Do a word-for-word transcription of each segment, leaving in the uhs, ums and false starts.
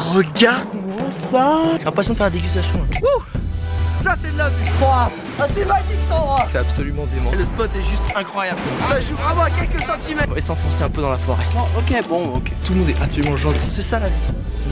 regarde-moi ça. J'ai l'impression de faire la dégustation. Là. Ouh, ça c'est de la vue. Ah, c'est magique cet endroit. C'est absolument dément. Le spot est juste incroyable. Ça joue vraiment à quelques centimètres. On va s'enfoncer un peu dans la forêt. Oh, ok, bon, ok. Tout le monde est absolument gentil. C'est ça la vie.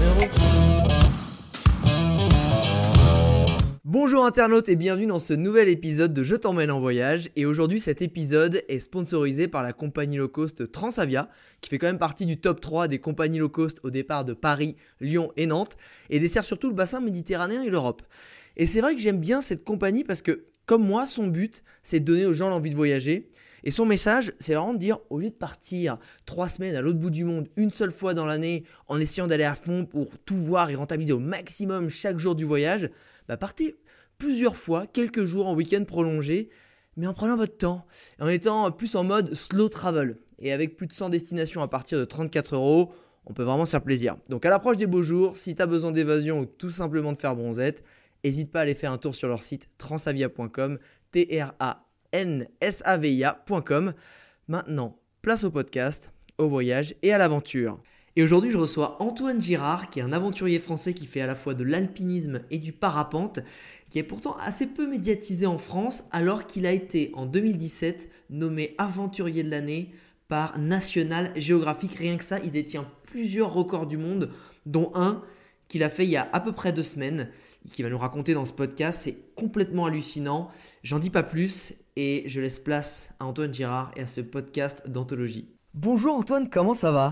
Bonjour internautes et bienvenue dans ce nouvel épisode de Je t'emmène en voyage. Et aujourd'hui cet épisode est sponsorisé par la compagnie low cost Transavia, qui fait quand même partie du top trois des compagnies low cost au départ de Paris, Lyon et Nantes, et dessert surtout le bassin méditerranéen et l'Europe. Et c'est vrai que j'aime bien cette compagnie parce que, comme moi, son but, c'est de donner aux gens l'envie de voyager. Et son message, c'est vraiment de dire, au lieu de partir trois semaines à l'autre bout du monde, une seule fois dans l'année, en essayant d'aller à fond pour tout voir et rentabiliser au maximum chaque jour du voyage, bah partez plusieurs fois, quelques jours en week-end prolongé, mais en prenant votre temps, en étant plus en mode slow travel. Et avec plus de cent destinations à partir de trente-quatre euros, on peut vraiment se faire plaisir. Donc à l'approche des beaux jours, si tu as besoin d'évasion ou tout simplement de faire bronzette, n'hésite pas à aller faire un tour sur leur site transavia point com, T R A N S A V I A point com. Maintenant, place au podcast, au voyage et à l'aventure. Et aujourd'hui, je reçois Antoine Girard, qui est un aventurier français qui fait à la fois de l'alpinisme et du parapente, qui est pourtant assez peu médiatisé en France, alors qu'il a été en deux mille dix-sept nommé aventurier de l'année par National Geographic. Rien que ça, il détient plusieurs records du monde, dont un qu'il a fait il y a à peu près deux semaines, et qui va nous raconter dans ce podcast. C'est complètement hallucinant. J'en dis pas plus et je laisse place à Antoine Girard et à ce podcast d'anthologie. Bonjour Antoine, comment ça va ?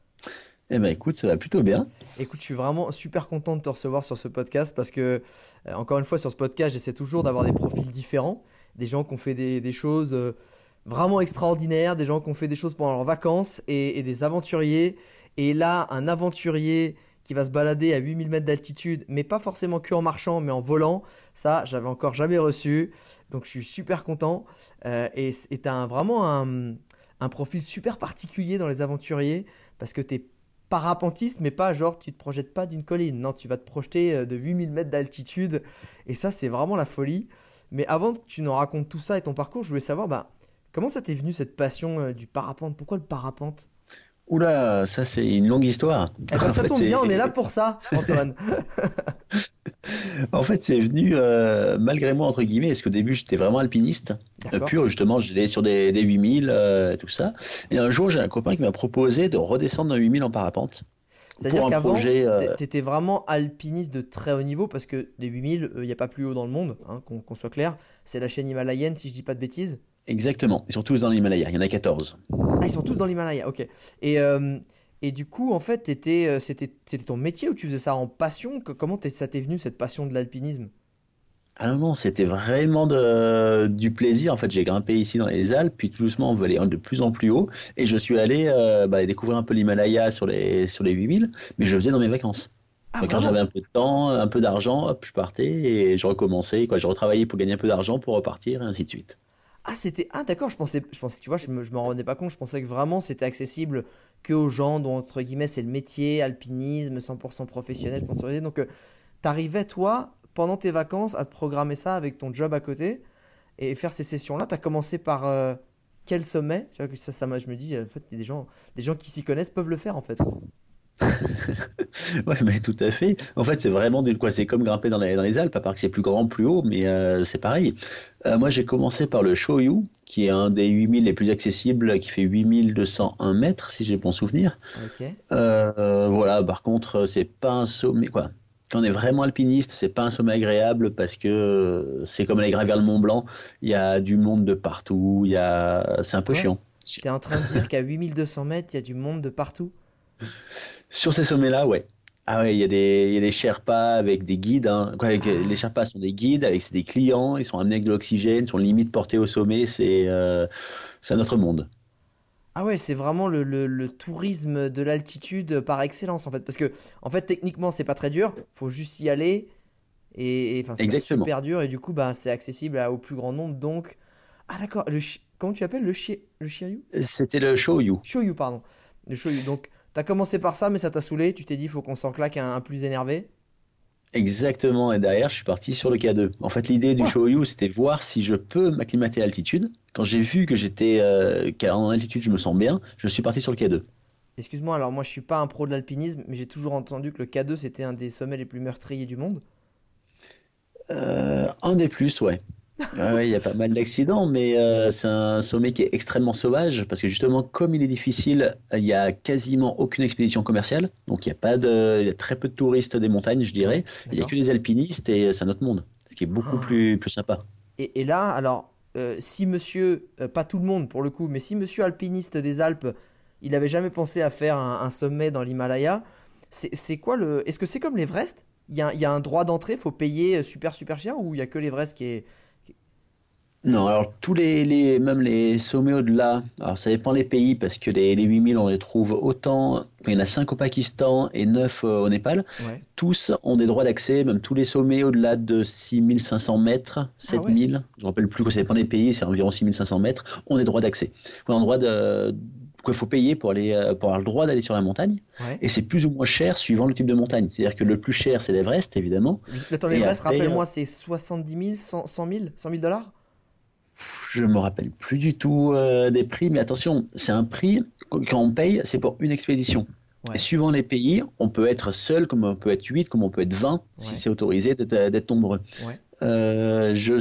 Eh ben écoute, ça va plutôt bien. Écoute, je suis vraiment super content de te recevoir sur ce podcast parce que, euh, encore une fois, sur ce podcast, j'essaie toujours d'avoir des profils différents. Des gens qui ont fait des, des choses euh, vraiment extraordinaires, des gens qui ont fait des choses pendant leurs vacances et, et des aventuriers. Et là, un aventurier qui va se balader à huit mille mètres d'altitude, mais pas forcément que en marchant, mais en volant, ça, j'avais encore jamais reçu. Donc, je suis super content. Euh, et tu as vraiment un, un profil super particulier dans les aventuriers parce que tu es parapentiste, mais pas genre tu te projettes pas d'une colline. Non, tu vas te projeter de huit mille mètres d'altitude. Et ça, c'est vraiment la folie. Mais avant que tu nous racontes tout ça et ton parcours, je voulais savoir bah, comment ça t'est venu cette passion euh, du parapente ? Pourquoi le parapente ? Oula, ça c'est une longue histoire. Eh ben, ça En fait, tombe c'est- bien, on est là pour ça, Antoine. En fait, c'est venu euh, malgré moi, entre guillemets, parce qu'au début, j'étais vraiment alpiniste. Euh, D'accord. pur, justement, j'allais sur des, des huit mille, euh, tout ça. Et un jour, j'ai un copain qui m'a proposé de redescendre dans huit mille en parapente. C'est-à-dire Pour un qu'avant, projet, euh, t'é- t'étais vraiment alpiniste de très haut niveau parce que des huit mille, il n'y a pas plus haut dans le monde, hein, qu'on qu'on soit clair. C'est la chaîne himalayenne, si je dis pas de bêtises. Exactement. Ils sont tous dans l'Himalaya. Il y en a quatorze. Ah, ils sont tous dans l'Himalaya, ok. Et, euh, et du coup, en fait, t'étais, euh, c'était, c'était ton métier ou tu faisais ça en passion? Que- Comment t'es- ça t'est venu, cette passion de l'alpinisme? Ah non, non, c'était vraiment de, du plaisir. En fait, j'ai grimpé ici dans les Alpes, puis tout doucement, on veut aller de plus en plus haut. Et je suis allé euh, bah, découvrir un peu l'Himalaya sur les, sur les huit mille, mais je le faisais dans mes vacances. Ah, Donc, quand vraiment? j'avais un peu de temps, un peu d'argent, hop, je partais et je recommençais, quoi. Je retravaillais pour gagner un peu d'argent pour repartir et ainsi de suite. Ah, c'était... Ah, d'accord, je pensais, je pensais, tu vois, je me, je m'en rendais pas compte. Je pensais que vraiment c'était accessible que aux gens dont, entre guillemets, c'est le métier, alpinisme, cent pour cent professionnel, sponsorisé. Donc, euh, t'arrivais, toi, pendant tes vacances, à te programmer ça avec ton job à côté et faire ces sessions-là. T'as commencé par euh, quel sommet? Tu vois, que ça, ça m'a, je me dis, euh, en fait, il y a des gens, des gens qui s'y connaissent peuvent le faire, en fait. Ouais, mais tout à fait. En fait, c'est vraiment du quoi. C'est comme grimper dans les, dans les Alpes, à part que c'est plus grand, plus haut, mais euh, c'est pareil. Euh, moi, j'ai commencé par le Shoyu, qui est un des huit mille les plus accessibles, qui fait huit mille deux cent un mètres, si j'ai bon souvenir. Ok. Euh, voilà, par contre, c'est pas un sommet, quoi. Quand on est vraiment alpiniste, c'est pas un sommet agréable parce que euh, c'est comme aller gravir le Mont Blanc. Il y a du monde de partout. Il y a, c'est un peu Quoi? chiant. T'es en train de dire qu'à huit mille deux cents mètres, il y a du monde de partout? Sur ces sommets-là, ouais. Ah ouais, il y a des, il y a des Sherpas avec des guides, hein. Quoi, avec- les Sherpas sont des guides, avec c'est des clients, ils sont amenés avec de l'oxygène, ils sont limite portés au sommet, c'est euh, c'est un autre monde. Ah ouais, c'est vraiment le, le- le tourisme de l'altitude par excellence en fait. Parce que en fait, techniquement, c'est pas très dur. Faut juste y aller. Et et, enfin, c'est pas Exactement. super dur. Et du coup, bah, c'est accessible à- au plus grand nombre. Donc, ah d'accord. Le chi- Comment tu appelles le chi... le Shiryu? C'était le Shoyu. Shoyu, pardon. Le Shoyu. Donc, t'as commencé par ça, mais ça t'a saoulé. Tu t'es dit, faut qu'on s'en claque un, un plus énervé. Exactement, et derrière, je suis parti sur le K deux. En fait, l'idée du Quoi? Shoyu, c'était voir si je peux m'acclimater à l'altitude. Quand j'ai vu que j'étais euh, qu'en altitude, je me sens bien, je suis parti sur le K deux. Excuse-moi, alors moi je suis pas un pro de l'alpinisme, mais j'ai toujours entendu que le K deux c'était un des sommets les plus meurtriers du monde. Euh, un des plus, ouais. Ouais, ouais, il y a pas mal d'accidents, mais euh, c'est un sommet qui est extrêmement sauvage parce que justement, comme il est difficile, il y a quasiment aucune expédition commerciale. Donc il y a pas de, il y a très peu de touristes des montagnes, je Ouais, dirais. Il y a que d'accord. des alpinistes et c'est un autre monde, ce qui est beaucoup Ah. plus plus sympa. Et, et là, alors, euh, si monsieur, euh, pas tout le monde pour le coup, mais si monsieur alpiniste des Alpes, il avait jamais pensé à faire un, un sommet dans l'Himalaya, c'est c'est quoi le. Est-ce que c'est comme l'Everest? Il y a, il y a un droit d'entrée, faut payer euh, super super cher ou il y a que l'Everest qui est. qui- Non, alors tous les, les même les sommets au-delà, alors ça dépend des pays parce que les, les huit mille on les trouve autant, il y en a cinq au Pakistan et neuf au Népal. Ouais. Tous ont des droits d'accès, même tous les sommets au-delà de six mille cinq cents mètres, Ah ouais. sept mille, je ne me rappelle plus, que ça dépend des pays, c'est environ six mille cinq cents mètres, ont des droits d'accès. On a un droit de, qu'il faut payer pour aller, euh, pour avoir le droit d'aller sur la montagne, Ouais. et c'est plus ou moins cher suivant le type de montagne. C'est-à-dire que le plus cher, c'est l'Everest, évidemment, Juste- Attends, et l'Everest, après, rappelle-moi, c'est soixante-dix mille, cent, cent mille, cent mille dollars? je me rappelle plus du tout euh, des prix, mais attention, c'est un prix, quand on paye, c'est pour une expédition. Et Ouais. suivant les pays, on peut être seul, comme on peut être huit, comme on peut être vingt, si Ouais. c'est autorisé d'être d'être nombreux. Ouais. Euh, je,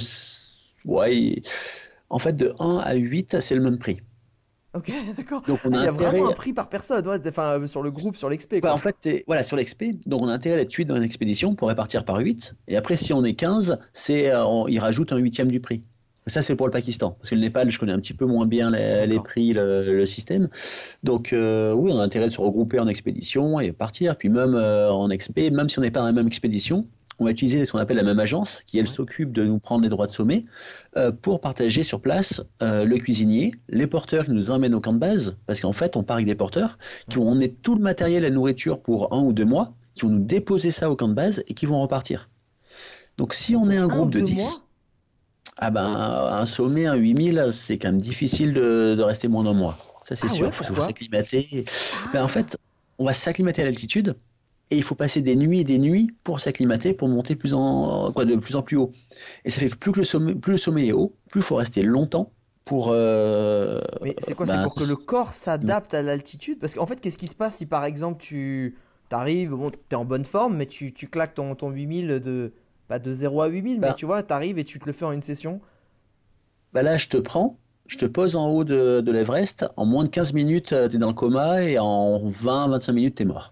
ouais, en fait, de un à huit, c'est le même prix. Ok, d'accord. Donc on Ah, a il y a intérêt, vraiment un prix par personne, ouais, enfin, euh, sur le groupe, sur l'expé, ouais, en quoi. fait, c'est- voilà, sur l'expé, donc on a intérêt d'être huit dans une expédition pour répartir par huit. Et après, si on est quinze, c'est, euh, on- ils rajoutent un huitième du prix. Ça, c'est pour le Pakistan. Parce que le Népal, je connais un petit peu moins bien les, les D'accord. prix, le, le système. Donc, euh, oui, on a intérêt de se regrouper en expédition et partir. Puis même euh, en expé, même si on n'est pas dans la même expédition, on va utiliser ce qu'on appelle la même agence, qui elle Ouais. s'occupe de nous prendre les droits de sommet, euh, pour partager sur place euh, le cuisinier, les porteurs qui nous emmènent au camp de base, parce qu'en fait, on part avec des porteurs qui Ouais. vont emmener tout le matériel et la nourriture pour un ou deux mois, qui vont nous déposer ça au camp de base et qui vont repartir. Donc, si on est Pour un un ou groupe de deux dix, mois? ah ben, un sommet, un huit mille, c'est quand même difficile de, de rester moins d'un mois. Ça, c'est Ah ouais, sûr, parce qu'il faut pourquoi? s'acclimater. Ben, en Ah! fait, on va s'acclimater à l'altitude et il faut passer des nuits et des nuits pour s'acclimater, pour monter plus en, quoi, de plus en plus haut. Et ça fait que plus, que le sommet, plus le sommet est haut, plus il faut rester longtemps pour. Euh, Mais c'est quoi? C'est ben, pour que le corps mm. s'adapte à l'altitude? Parce qu'en fait, qu'est-ce qui se passe si par exemple tu t'arrives, bon, t'es en bonne forme, mais tu, tu claques ton, ton huit mille de, pas de zéro à huit mille, mais Ben, tu vois, t'arrives et tu te le fais en une session? ben là, je te prends, je te pose en haut de, de l'Everest, en moins de quinze minutes, tu es dans le coma et en vingt à vingt-cinq minutes, tu es mort.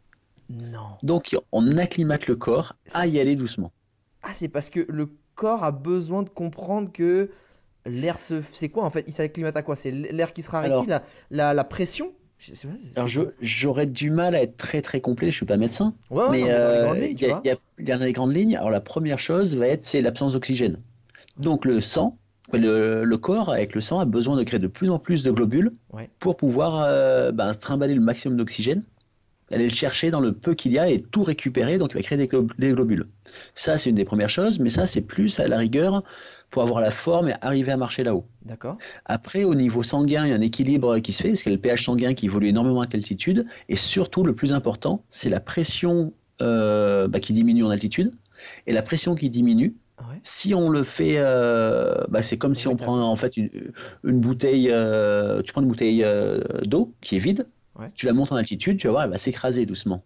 Non. Donc, on Mais acclimate le corps c'est- à y c'est- aller doucement. ah, c'est parce que le corps a besoin de comprendre que l'air se. C'est quoi en fait? Il s'acclimate à quoi? C'est l'air qui se raréfie, Alors, la, la, la pression? Je sais pas, c'est Alors c'est je, quoi? j'aurais du mal à être très très complet, je suis pas médecin, Ouais, ouais, non, mais mais dans les grandes euh, lignes, il tu y a, il vois. y a- il y a les grandes lignes. Alors la première chose va être c'est l'absence d'oxygène. Donc le sang, ouais, le, le corps avec le sang a besoin de créer de plus en plus de globules Ouais. pour pouvoir euh, ben, trimballer le maximum d'oxygène, aller le chercher dans le peu qu'il y a et tout récupérer, donc il va créer des, glo- des globules. Ça c'est une des premières choses, mais ça c'est plus à la rigueur pour avoir la forme et arriver à marcher là-haut. D'accord. Après, au niveau sanguin, il y a un équilibre qui se fait, parce qu'il y a le pH sanguin qui évolue énormément avec l'altitude, et surtout, le plus important, c'est la pression euh, bah, qui diminue en altitude, et la pression qui diminue, Ouais. si on le fait, euh, bah, c'est comme En si on prend rétabli. en fait une, une bouteille, euh, tu prends une bouteille euh, d'eau qui est vide, Ouais. tu la montes en altitude, tu vas voir, elle va s'écraser doucement.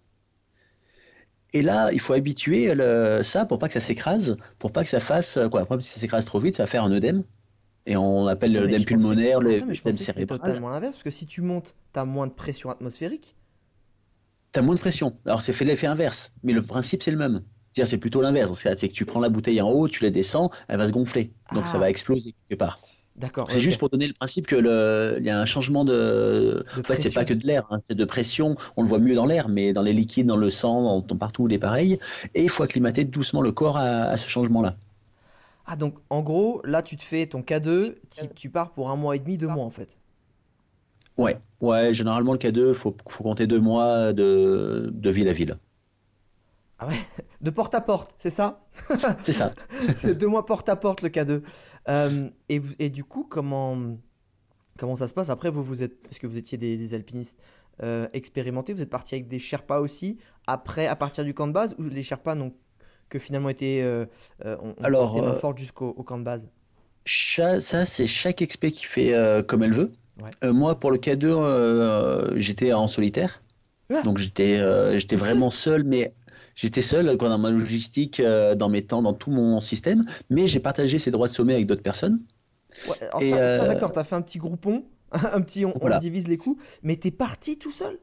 Et là, il faut habituer le- ça pour pas que ça s'écrase, pour pas que ça fasse, euh, quoi, après, si ça s'écrase trop vite, ça va faire un œdème. Et on appelle Attends, mais l'œdème je pensais que, pulmonaire, attends, mais je l'œdème pensais que c'était cérébral. totalement l'inverse, parce que si tu montes, t'as moins de pression atmosphérique. Tu as moins de pression. Alors, c'est fait l'effet inverse, mais le principe, c'est le même. C'est-à-dire, c'est plutôt l'inverse. Dans ce cas, c'est que tu prends la bouteille en haut, tu la descends, elle va se gonfler. Donc, ça va Ah, exploser quelque part. d'accord, C'est juste ok. pour donner le principe que le, il y a un changement de. De En fait, c'est pas pression. que de l'air, hein, c'est de pression. On le voit mieux dans l'air, mais dans les liquides, dans le sang, dans, dans partout, il est pareil. Et il faut acclimater doucement le corps à, à ce changement-là. Ah, donc en gros, là, tu te fais ton K deux, tu, tu pars pour un mois et demi, deux mois en fait. Ouais, ouais. Généralement, le K deux, faut, faut compter deux mois de, de ville à ville. Ah ouais, de porte à porte, c'est ça? C'est ça. C'est deux mois porte à porte le K deux. Euh, et, vous- et du coup, comment, comment ça se passe? Après, vous, vous êtes, parce que vous étiez des, des alpinistes euh, expérimentés, vous êtes parti avec des Sherpas aussi, après, à partir du camp de base, ou les Sherpas n'ont que finalement été, euh, euh, ont, ont Alors, porté main euh, forte jusqu'au au camp de base? cha- ça, c'est chaque expé qui fait euh, comme elle veut. Ouais. Euh, moi, pour le K deux, euh, j'étais en solitaire. Ah, Donc j'étais euh, j'étais tout seul? vraiment seul, mais j'étais seul quoi, dans ma logistique, euh, dans mes temps, dans tout mon système. Mais j'ai partagé ces droits de sommet avec d'autres personnes. Ouais, alors Et ça, ça euh, d'accord, t'as fait un petit groupon, un petit on, on voilà. divise les coûts, mais t'es parti tout seul?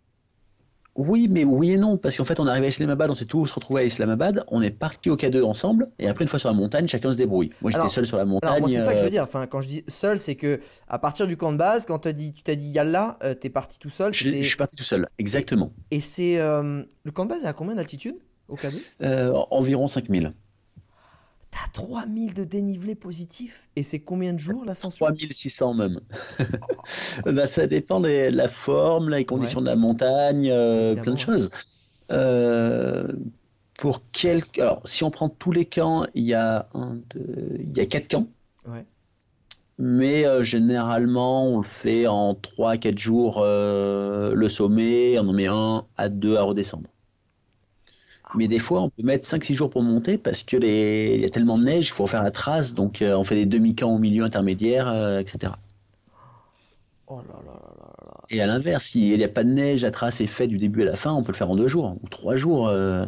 Oui, mais oui et non, parce qu'en fait, on est arrivé à Islamabad, on s'est tous retrouvés à Islamabad, on est parti au K deux ensemble, et Ouais. après, une fois sur la montagne, chacun se débrouille. Moi, j'étais Alors, seul sur la alors moi montagne. c'est ça que je euh, veux dire. Enfin, quand je dis seul, c'est que à partir du camp de base, quand t'as dit, tu t'as dit Yallah, euh, t'es parti tout seul, je, je t'étais suis parti tout seul, et, exactement. et c'est euh, le camp de base est à combien d'altitude au K deux? Euh, environ cinq mille. T'as trois mille de dénivelé positif et c'est combien de jours l'ascension? trois mille six cents même. Bah, ça dépend de la forme, les Ouais, conditions de la montagne, euh, plein de évidemment, ouais. choses. Euh, pour quelques... Alors, si on prend tous les camps, il y a un, deux, il y a quatre camps. Ouais. Mais euh, généralement, on le fait en trois à quatre jours euh, le sommet, on en met un à deux à redescendre. Ah Mais des ouais, fois, on peut mettre cinq six jours pour monter parce que les... il y les a tellement de conditions. neige qu'il faut faire la trace, donc euh, on fait des demi-camps au milieu intermédiaire, euh, et cetera. Oh là là là là là. Et à Et l'inverse, s'il n'y a pas de neige, la trace est faite du début à la fin, on peut le faire en deux jours ou trois jours. euh,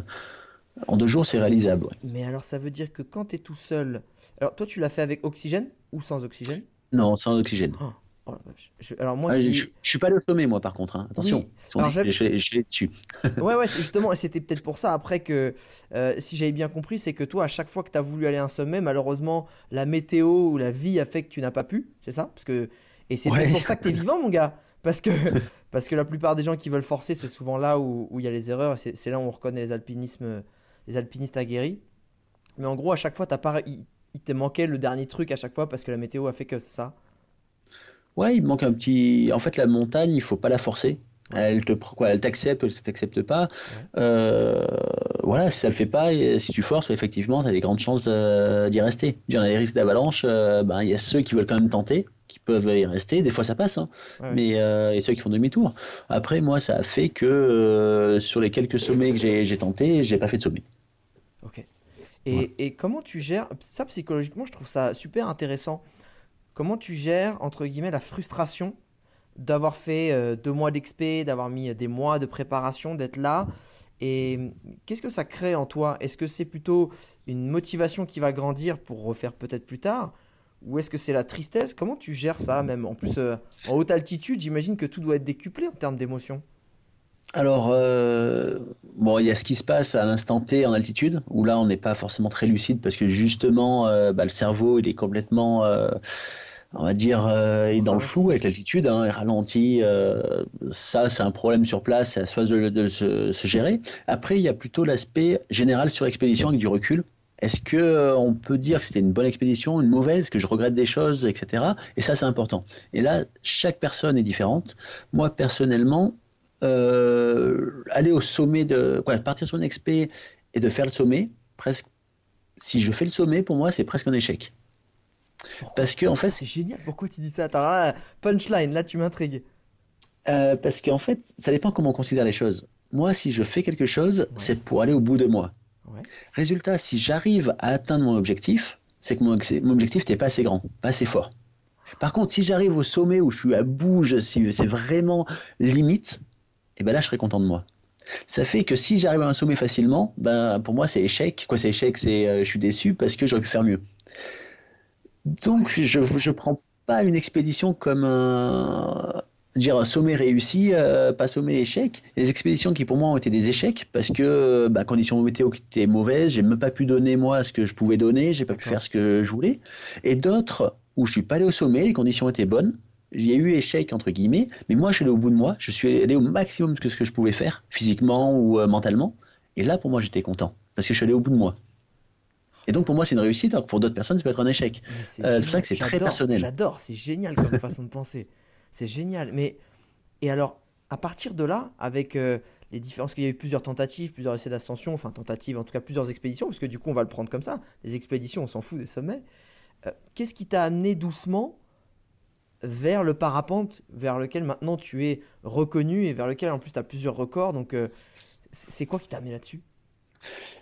En deux jours, c'est réalisable. Ouais. mais alors ça veut dire que quand t'es tout seul, alors toi tu l'as fait avec oxygène ou sans oxygène? Non, sans oxygène. Oh, oh la vache. Je- alors moi Ah, je, je qui, je suis pas allé au sommet, moi, par contre. Hein. Attention, oui, si on alors dit que j'avais, je, je, je l'ai dessus. ouais, ouais, c'est justement, et c'était peut-être pour ça après que, euh, si j'avais bien compris, c'est que toi, à chaque fois que tu as voulu aller à un sommet, malheureusement, la météo ou la vie a fait que tu n'as pas pu, c'est ça? Parce que, et c'est peut-être Ouais. pour ça que tu es vivant, mon gars. Parce que, parce que la plupart des gens qui veulent forcer, c'est souvent là où où il y a les erreurs, et c'est c'est là où on reconnaît les alpinismes, les alpinistes aguerris. Mais en gros, à chaque fois, t'as pas, il, il te manquait le dernier truc à chaque fois parce que la météo a fait que c'est ça. Ouais, il manque un petit. En fait, la montagne, il faut pas la forcer. Ouais, Elle te, pr- quoi, elle t'accepte, elle t'accepte pas. ouais. Euh, voilà, si ça le fait pas, et si tu forces, effectivement, tu as des grandes chances de- d'y rester. Il y en a des risques d'avalanche, euh, ben, il y a ceux qui veulent quand même tenter, qui peuvent y rester. Des fois, ça passe, hein. Ouais, ouais. Mais euh, et ceux qui font demi-tour. Après, moi, ça a fait que euh, sur les quelques sommets que j'ai j'ai tenté, j'ai pas fait de sommet. Ok. Voilà. Et, et comment tu gères ça psychologiquement? Je trouve ça super intéressant. Comment tu gères, entre guillemets, la frustration d'avoir fait euh, deux mois d'expé, d'avoir mis des mois de préparation, d'être là? Et hum, qu'est-ce que ça crée en toi? Est-ce que c'est plutôt une motivation qui va grandir pour refaire peut-être plus tard? Ou est-ce que c'est la tristesse? Comment tu gères ça même? En plus, euh, en haute altitude, j'imagine que tout doit être décuplé en termes d'émotion. Alors, euh, bon, il y a ce qui se passe à l'instant T en altitude, où là, on n'est pas forcément très lucide parce que justement, euh, bah, le cerveau, il est complètement, euh, on va dire, euh, il est dans le flou Ralenti. avec l'altitude, hein, il ralentit. Euh, ça, c'est un problème sur place, c'est à soi de, de se, se gérer. Après, il y a plutôt l'aspect général sur expédition avec du recul. Est-ce que euh, on peut dire que c'était une bonne expédition, une mauvaise, que je regrette des choses, et cetera. Et ça, c'est important. Et là, chaque personne est différente. Moi, personnellement, euh, aller au sommet de, quoi, partir sur une expé et de faire le sommet, presque, si je fais le sommet, pour moi, c'est presque un échec. Pourquoi? Parce que, en Putain, fait, c'est génial, pourquoi tu dis ça? Attends, là, punchline, là tu m'intrigues. euh, parce qu'en fait, ça dépend comment on considère les choses. Moi, si je fais quelque chose, Ouais, c'est pour aller au bout de moi. ouais. Résultat, si j'arrive à atteindre mon objectif, c'est que mon, mon objectif n'est pas assez grand, pas assez fort. Par contre, si j'arrive au sommet où je suis à bout, je, si c'est vraiment limite, et ben là, je serai content de moi. Ça fait que si j'arrive à un sommet facilement, ben pour moi c'est échec. Quoi, c'est échec, c'est euh, je suis déçu parce que j'aurais pu faire mieux. Ouais, Donc je- je je prends pas une expédition comme un dire un sommet réussi, euh, pas sommet échec. Les expéditions qui pour moi ont été des échecs parce que bah, conditions météo qui étaient mauvaises, j'ai même pas pu donner moi ce que je pouvais donner, j'ai pas pu faire D'accord. ce que je voulais. Et d'autres où je suis pas allé au sommet, les conditions étaient bonnes. Il y a eu échec entre guillemets, mais moi je suis allé au bout de moi, je suis allé au maximum de ce que je pouvais faire, physiquement ou euh, mentalement. Et là pour moi j'étais content parce que je suis allé au bout de moi. Et donc pour moi c'est une réussite, alors que pour d'autres personnes ça peut être un échec. Mais c'est Euh, c'est pour ça génial, que c'est très j'adore, personnel. j'adore, c'est génial comme façon de penser. C'est génial. Mais, et alors, à partir de là, avec euh, les différences, qu'il y a eu plusieurs tentatives, plusieurs essais d'ascension, enfin tentatives, en tout cas plusieurs expéditions, parce que du coup on va le prendre comme ça, des expéditions, on s'en fout des sommets. Euh, qu'est-ce qui t'a amené doucement vers le parapente, vers lequel maintenant tu es reconnu et vers lequel en plus tu as plusieurs records, donc euh, c'est c'est quoi qui t'a amené là-dessus?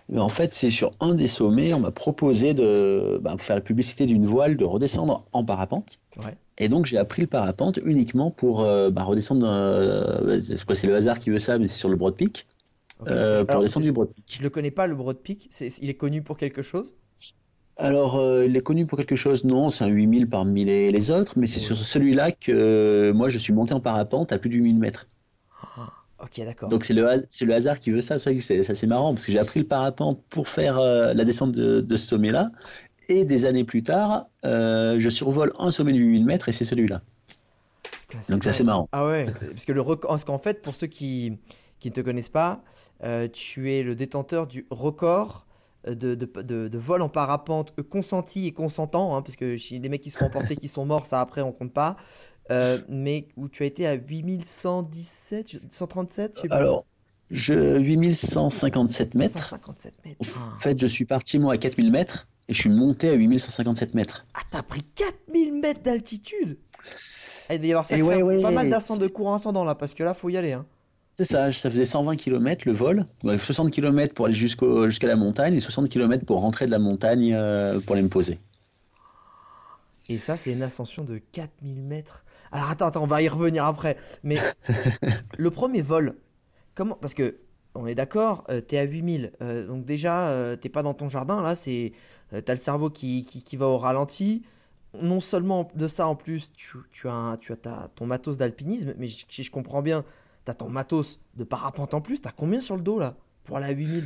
Mais en fait, c'est sur un des sommets, on m'a proposé de bah, pour faire la publicité d'une voile, de redescendre en parapente. Ouais. Et donc, j'ai appris le parapente uniquement pour euh, bah, redescendre. Euh, c'est quoi, c'est le hasard qui veut ça, mais c'est sur le Broad Peak. Ok. Euh, pour Alors, redescendre je, du Broad je Peak. le connais pas, le Broad Peak. C'est, il est connu pour quelque chose? Alors, euh, il est connu pour quelque chose, non, c'est un huit mille parmi les, les autres, mais c'est Oui. sur celui-là que euh, moi, je suis monté en parapente à plus de huit mille mètres. Ah, ok, d'accord. Donc, c'est le, ha- c'est le hasard qui veut ça. C'est c'est c'est assez marrant, parce que j'ai appris le parapente pour faire euh, la descente de, de ce sommet-là. Et des années plus tard, euh, je survole un sommet de huit mille mètres et c'est celui-là. Putain, c'est Donc, c'est assez dingue. marrant. Ah ouais, parce que le record, parce qu'en fait, pour ceux qui, qui ne te connaissent pas, euh, tu es le détenteur du record euh, de, de, de- de vol en parapente euh, consenti et consentant, hein, parce que chez les mecs qui se font emporter, qui sont morts, ça après on compte pas. Euh, mais où tu as été à huit mille cent dix-sept, cent trente-sept, je sais plus. Alors, je, huit mille cent cinquante-sept mètres. cent cinquante-sept mètres. En Ah, fait, je suis parti moi à quatre mille mètres et je suis monté à huit mille cent cinquante-sept mètres. Ah, t'as pris quatre mille mètres d'altitude! Ah, il doit y avoir Et sacré- ouais, pas mal ouais, d'ascendant de courant ascendant là, parce que là, faut y aller, hein. c'est ça, ça faisait cent vingt kilomètres le vol. Donc, soixante kilomètres pour aller jusqu'au, jusqu'à la montagne et soixante kilomètres pour rentrer de la montagne euh, pour aller me poser. Et ça, c'est une ascension de quatre mille mètres. Alors attends, attends, on va y revenir après. Mais le premier vol, comment? Parce que on est d'accord, euh, t'es à huit mille. Euh, donc déjà, euh, t'es pas dans ton jardin. Là, c'est, euh, t'as le cerveau qui, qui, qui va au ralenti. Non seulement de ça, en plus, tu, tu as, un- tu as ta- ton matos d'alpinisme. Mais si je, je comprends bien, t'as ton matos de parapente en plus. T'as combien sur le dos là? Pour aller à huit mille?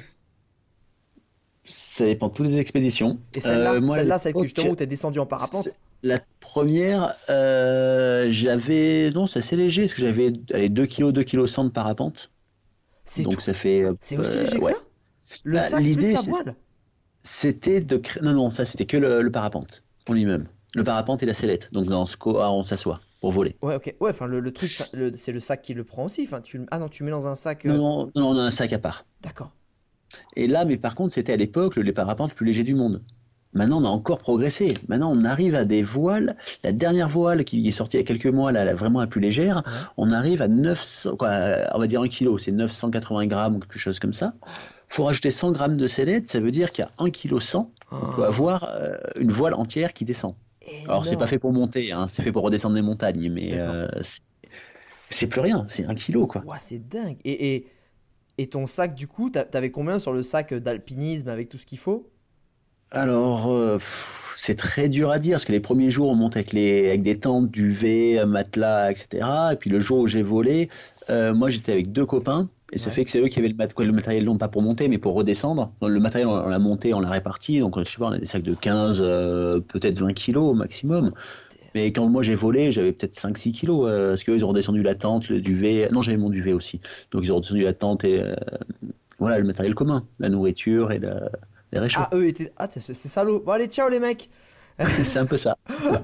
Ça dépend de toutes les expéditions. Et Euh, celle-là, moi, à celle-là, celle que l'époque, justement où t'es descendu en parapente? c'est- la première, euh, j'avais. Non, c'est assez léger parce que j'avais allez, deux kilos, deux kilos cent de parapente. C'est tout. Donc ça fait. C'est aussi euh, léger que ouais. ça? Le Bah, sac plus l'idée, la c'est- voile? c'était de créer. Non, non, ça c'était que le, le parapente en lui-même. Le parapente et la sellette. Donc dans ce cas, on s'assoit pour voler. Ouais, ok. Ouais, enfin, le, le truc, enfin, le- c'est le sac qui le prend aussi. Enfin, tu, le- ah non, tu mets dans un sac. Non, euh, non, non, on a un sac à part. D'accord. Et là, mais par contre, c'était à l'époque le, les parapentes le plus léger du monde. Maintenant, on a encore progressé. Maintenant, on arrive à des voiles. La dernière voile qui est sortie il y a quelques mois, là, la vraiment la plus légère, Ouais. on arrive à neuf cents, quoi, on va dire un kilo, c'est neuf cent quatre-vingts grammes ou quelque chose comme ça. Faut rajouter cent grammes de sellette, ça veut dire qu'il y a un virgule cent kg, on peut Oh, avoir euh, une voile entière qui descend. Alors, c'est pas énorme. fait pour monter, hein, c'est fait pour redescendre les montagnes, mais D'accord. euh, c'est c'est plus rien, c'est un kilo, quoi. Ouah, c'est dingue. Et, et, et ton sac, du coup, t'a- t'avais combien sur le sac d'alpinisme avec tout ce qu'il faut? Alors, euh, pff, c'est très dur à dire, parce que les premiers jours, on monte avec, les, avec des tentes, duvet, euh, matelas, et cetera. Et puis le jour où j'ai volé, euh, moi j'étais avec deux copains, et ça Ouais. fait que c'est eux qui avaient le, mat- quoi, le matériel, non pas pour monter, mais pour redescendre. Donc, le matériel, on, on l'a monté, on l'a réparti, donc je sais pas, on a des sacs de quinze, euh, peut-être vingt kilos au maximum. Mais quand moi j'ai volé, j'avais peut-être cinq six kilos, euh, parce qu'eux, ils ont redescendu la tente, le duvet. Non, j'avais mon duvet aussi. Donc ils ont redescendu la tente et euh, voilà, le matériel commun, la nourriture et la- les réchauds. Ah, eux étaient. Ah, c'est c'est salaud. Bon, allez, ciao les mecs. C'est un peu ça.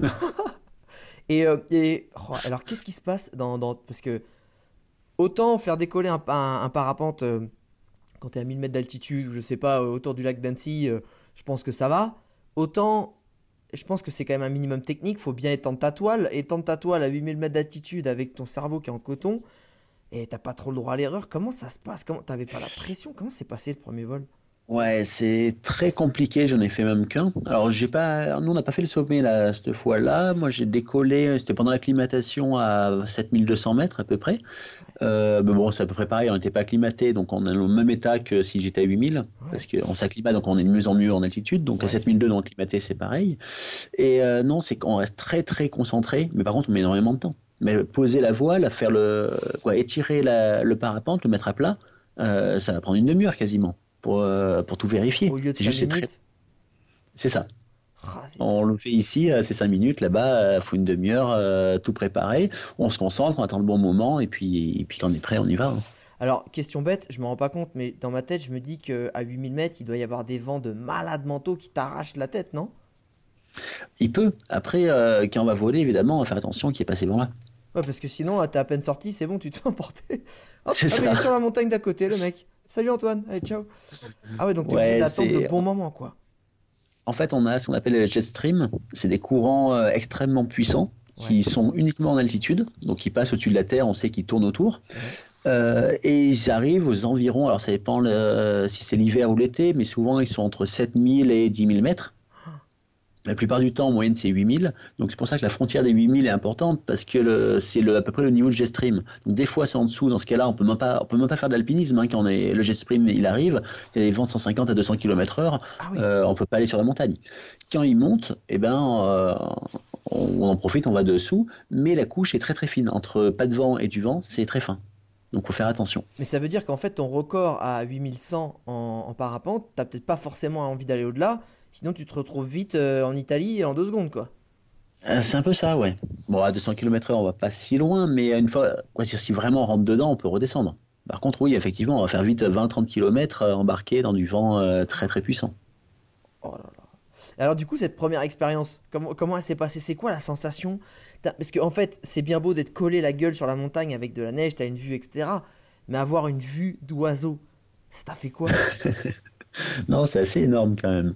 Et, euh, et oh, alors, qu'est-ce qui se passe dans, dans- parce que autant faire décoller un, un- un parapente euh, quand t'es à mille mètres d'altitude, ou je sais pas, euh, autour du lac d'Annecy, euh, je pense que ça va. Autant, je pense que c'est quand même un minimum technique. Faut bien étendre ta toile. Étendre ta toile à huit mille mètres d'altitude avec ton cerveau qui est en coton. Et t'as pas trop le droit à l'erreur. Comment ça se passe? Comment t'avais pas la pression? Comment s'est passé le premier vol? Ouais, c'est très compliqué, j'en ai fait même qu'un. Alors, j'ai pas, nous, on n'a pas fait le sommet là, cette fois-là. Moi, j'ai décollé, c'était pendant l'acclimatation à sept mille deux cents mètres à peu près. Euh, mais bon, c'est à peu près pareil, on n'était pas acclimaté, donc on est au même état que si j'étais à huit mille, parce Ouais. qu'on s'acclimate, donc on est de mieux en mieux en altitude. Donc à Ouais. sept mille deux cents, non acclimaté, c'est pareil. Et euh, non, c'est qu'on reste très très concentré, mais par contre, on met énormément de temps. Mais poser la voile, faire le, quoi, étirer la- le parapente, le mettre à plat, euh, ça va prendre une demi-heure quasiment pour, euh, pour tout vérifier. Au lieu de C'est cinq juste, c'est très, minutes. c'est ça. Ah, c'est On dingue. le fait ici, euh, c'est cinq minutes, là-bas, il faut une demi-heure, euh, tout préparer. On se concentre, on attend le bon moment, et puis, et puis quand on est prêt, on y va, hein. Alors, question bête, je me rends pas compte, mais dans ma tête, je me dis qu'à huit mille mètres, il doit y avoir des vents de malades mentaux qui t'arrachent la tête, non? Il peut. Après, euh, quand on va voler, évidemment, on va faire attention qu'il n'y ait pas ces vents-là. Ouais, parce que sinon, là, t'es à peine sorti, c'est bon, tu te fais emporter. Hop, C'est ah, mais il est ça. sur la montagne d'à côté, le mec. Salut Antoine, allez, ciao. Ah ouais, donc t'es obligé Ouais, d'attendre le c'est. bon moment, quoi. En fait, on a ce qu'on appelle les jet stream. C'est des courants euh, extrêmement puissants Ouais, qui sont uniquement en altitude, donc qui passent au-dessus de la Terre. On sait qu'ils tournent autour. ouais. Euh, et ils arrivent aux environs, alors ça dépend le- si c'est l'hiver ou l'été, mais souvent ils sont entre sept mille et dix mille mètres. La plupart du temps, en moyenne, c'est huit mille. Donc c'est pour ça que la frontière des huit mille est importante parce que le- c'est le- à peu près le niveau de jet stream. Donc des fois, c'est en dessous. Dans ce cas-là, on peut même pas, on peut même pas faire d'alpinisme hein, quand on est, le jet stream il arrive. Il y a des vents de cent cinquante à deux cents kilomètres heure. Ah oui. Euh, on peut pas aller sur la montagne. Quand il monte, eh ben, euh, on, on en profite, on va dessous. Mais la couche est très très fine. Entre pas de vent et du vent, c'est très fin. Donc faut faire attention. Mais ça veut dire qu'en fait, ton record à huit mille cent en, en parapente, t'as peut-être pas forcément envie d'aller au-delà. Sinon, tu te retrouves vite euh, en Italie en deux secondes, quoi. Euh, C'est un peu ça, ouais. Bon, à deux cents kilomètres heure, on va pas si loin, mais une fois, quoi, si si vraiment on rentre dedans, on peut redescendre. Par contre, oui, effectivement, on va faire vite vingt trente kilomètres embarqué dans du vent euh, très très puissant. Oh là là. Alors du coup, cette première expérience, comment, comment elle s'est passée? C'est quoi la sensation? T'as- Parce qu'en fait, c'est bien beau d'être collé la gueule sur la montagne avec de la neige, t'as une vue, et cetera. Mais avoir une vue d'oiseau, ça t'a fait quoi? Non, c'est assez énorme quand même.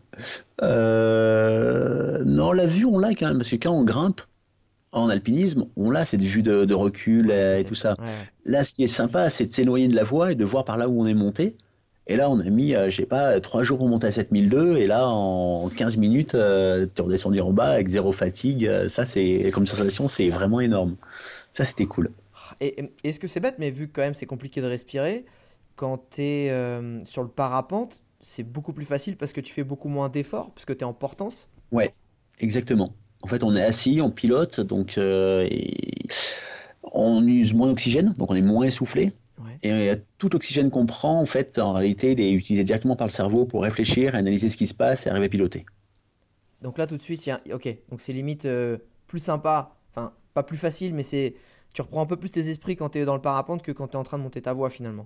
Euh, Non, la vue, on l'a quand même, parce que quand on grimpe en alpinisme, on l'a cette vue de, de recul Ouais, euh, et tout peut-être. ça. Ouais, ouais. Là, ce qui est sympa, c'est de s'éloigner de la voie et de voir par là où on est monté. Et là, on a mis, euh, je sais pas, trois jours pour monter à sept mille deux, et là, en quinze minutes, euh, tu es redescendu en bas avec zéro fatigue. Euh, Ça, c'est, comme sensation, c'est vraiment énorme. Ça, c'était cool. Et et est-ce que c'est bête, mais vu que quand même c'est compliqué de respirer, quand t'es euh, sur le parapente, c'est beaucoup plus facile parce que tu fais beaucoup moins d'efforts, parce que t'es en portance? Ouais, exactement. En fait, on est assis, on pilote, donc euh, et on use moins d'oxygène, donc on est moins essoufflé. Ouais. Et euh, tout l'oxygène qu'on prend, en fait, en réalité, il est utilisé directement par le cerveau pour réfléchir, analyser ce qui se passe et arriver à piloter. Donc là, tout de suite, il y a... Ok, donc c'est limite euh, plus sympa, enfin, pas plus facile, mais c'est... Tu reprends un peu plus tes esprits quand t'es dans le parapente que quand t'es en train de monter ta voie, finalement.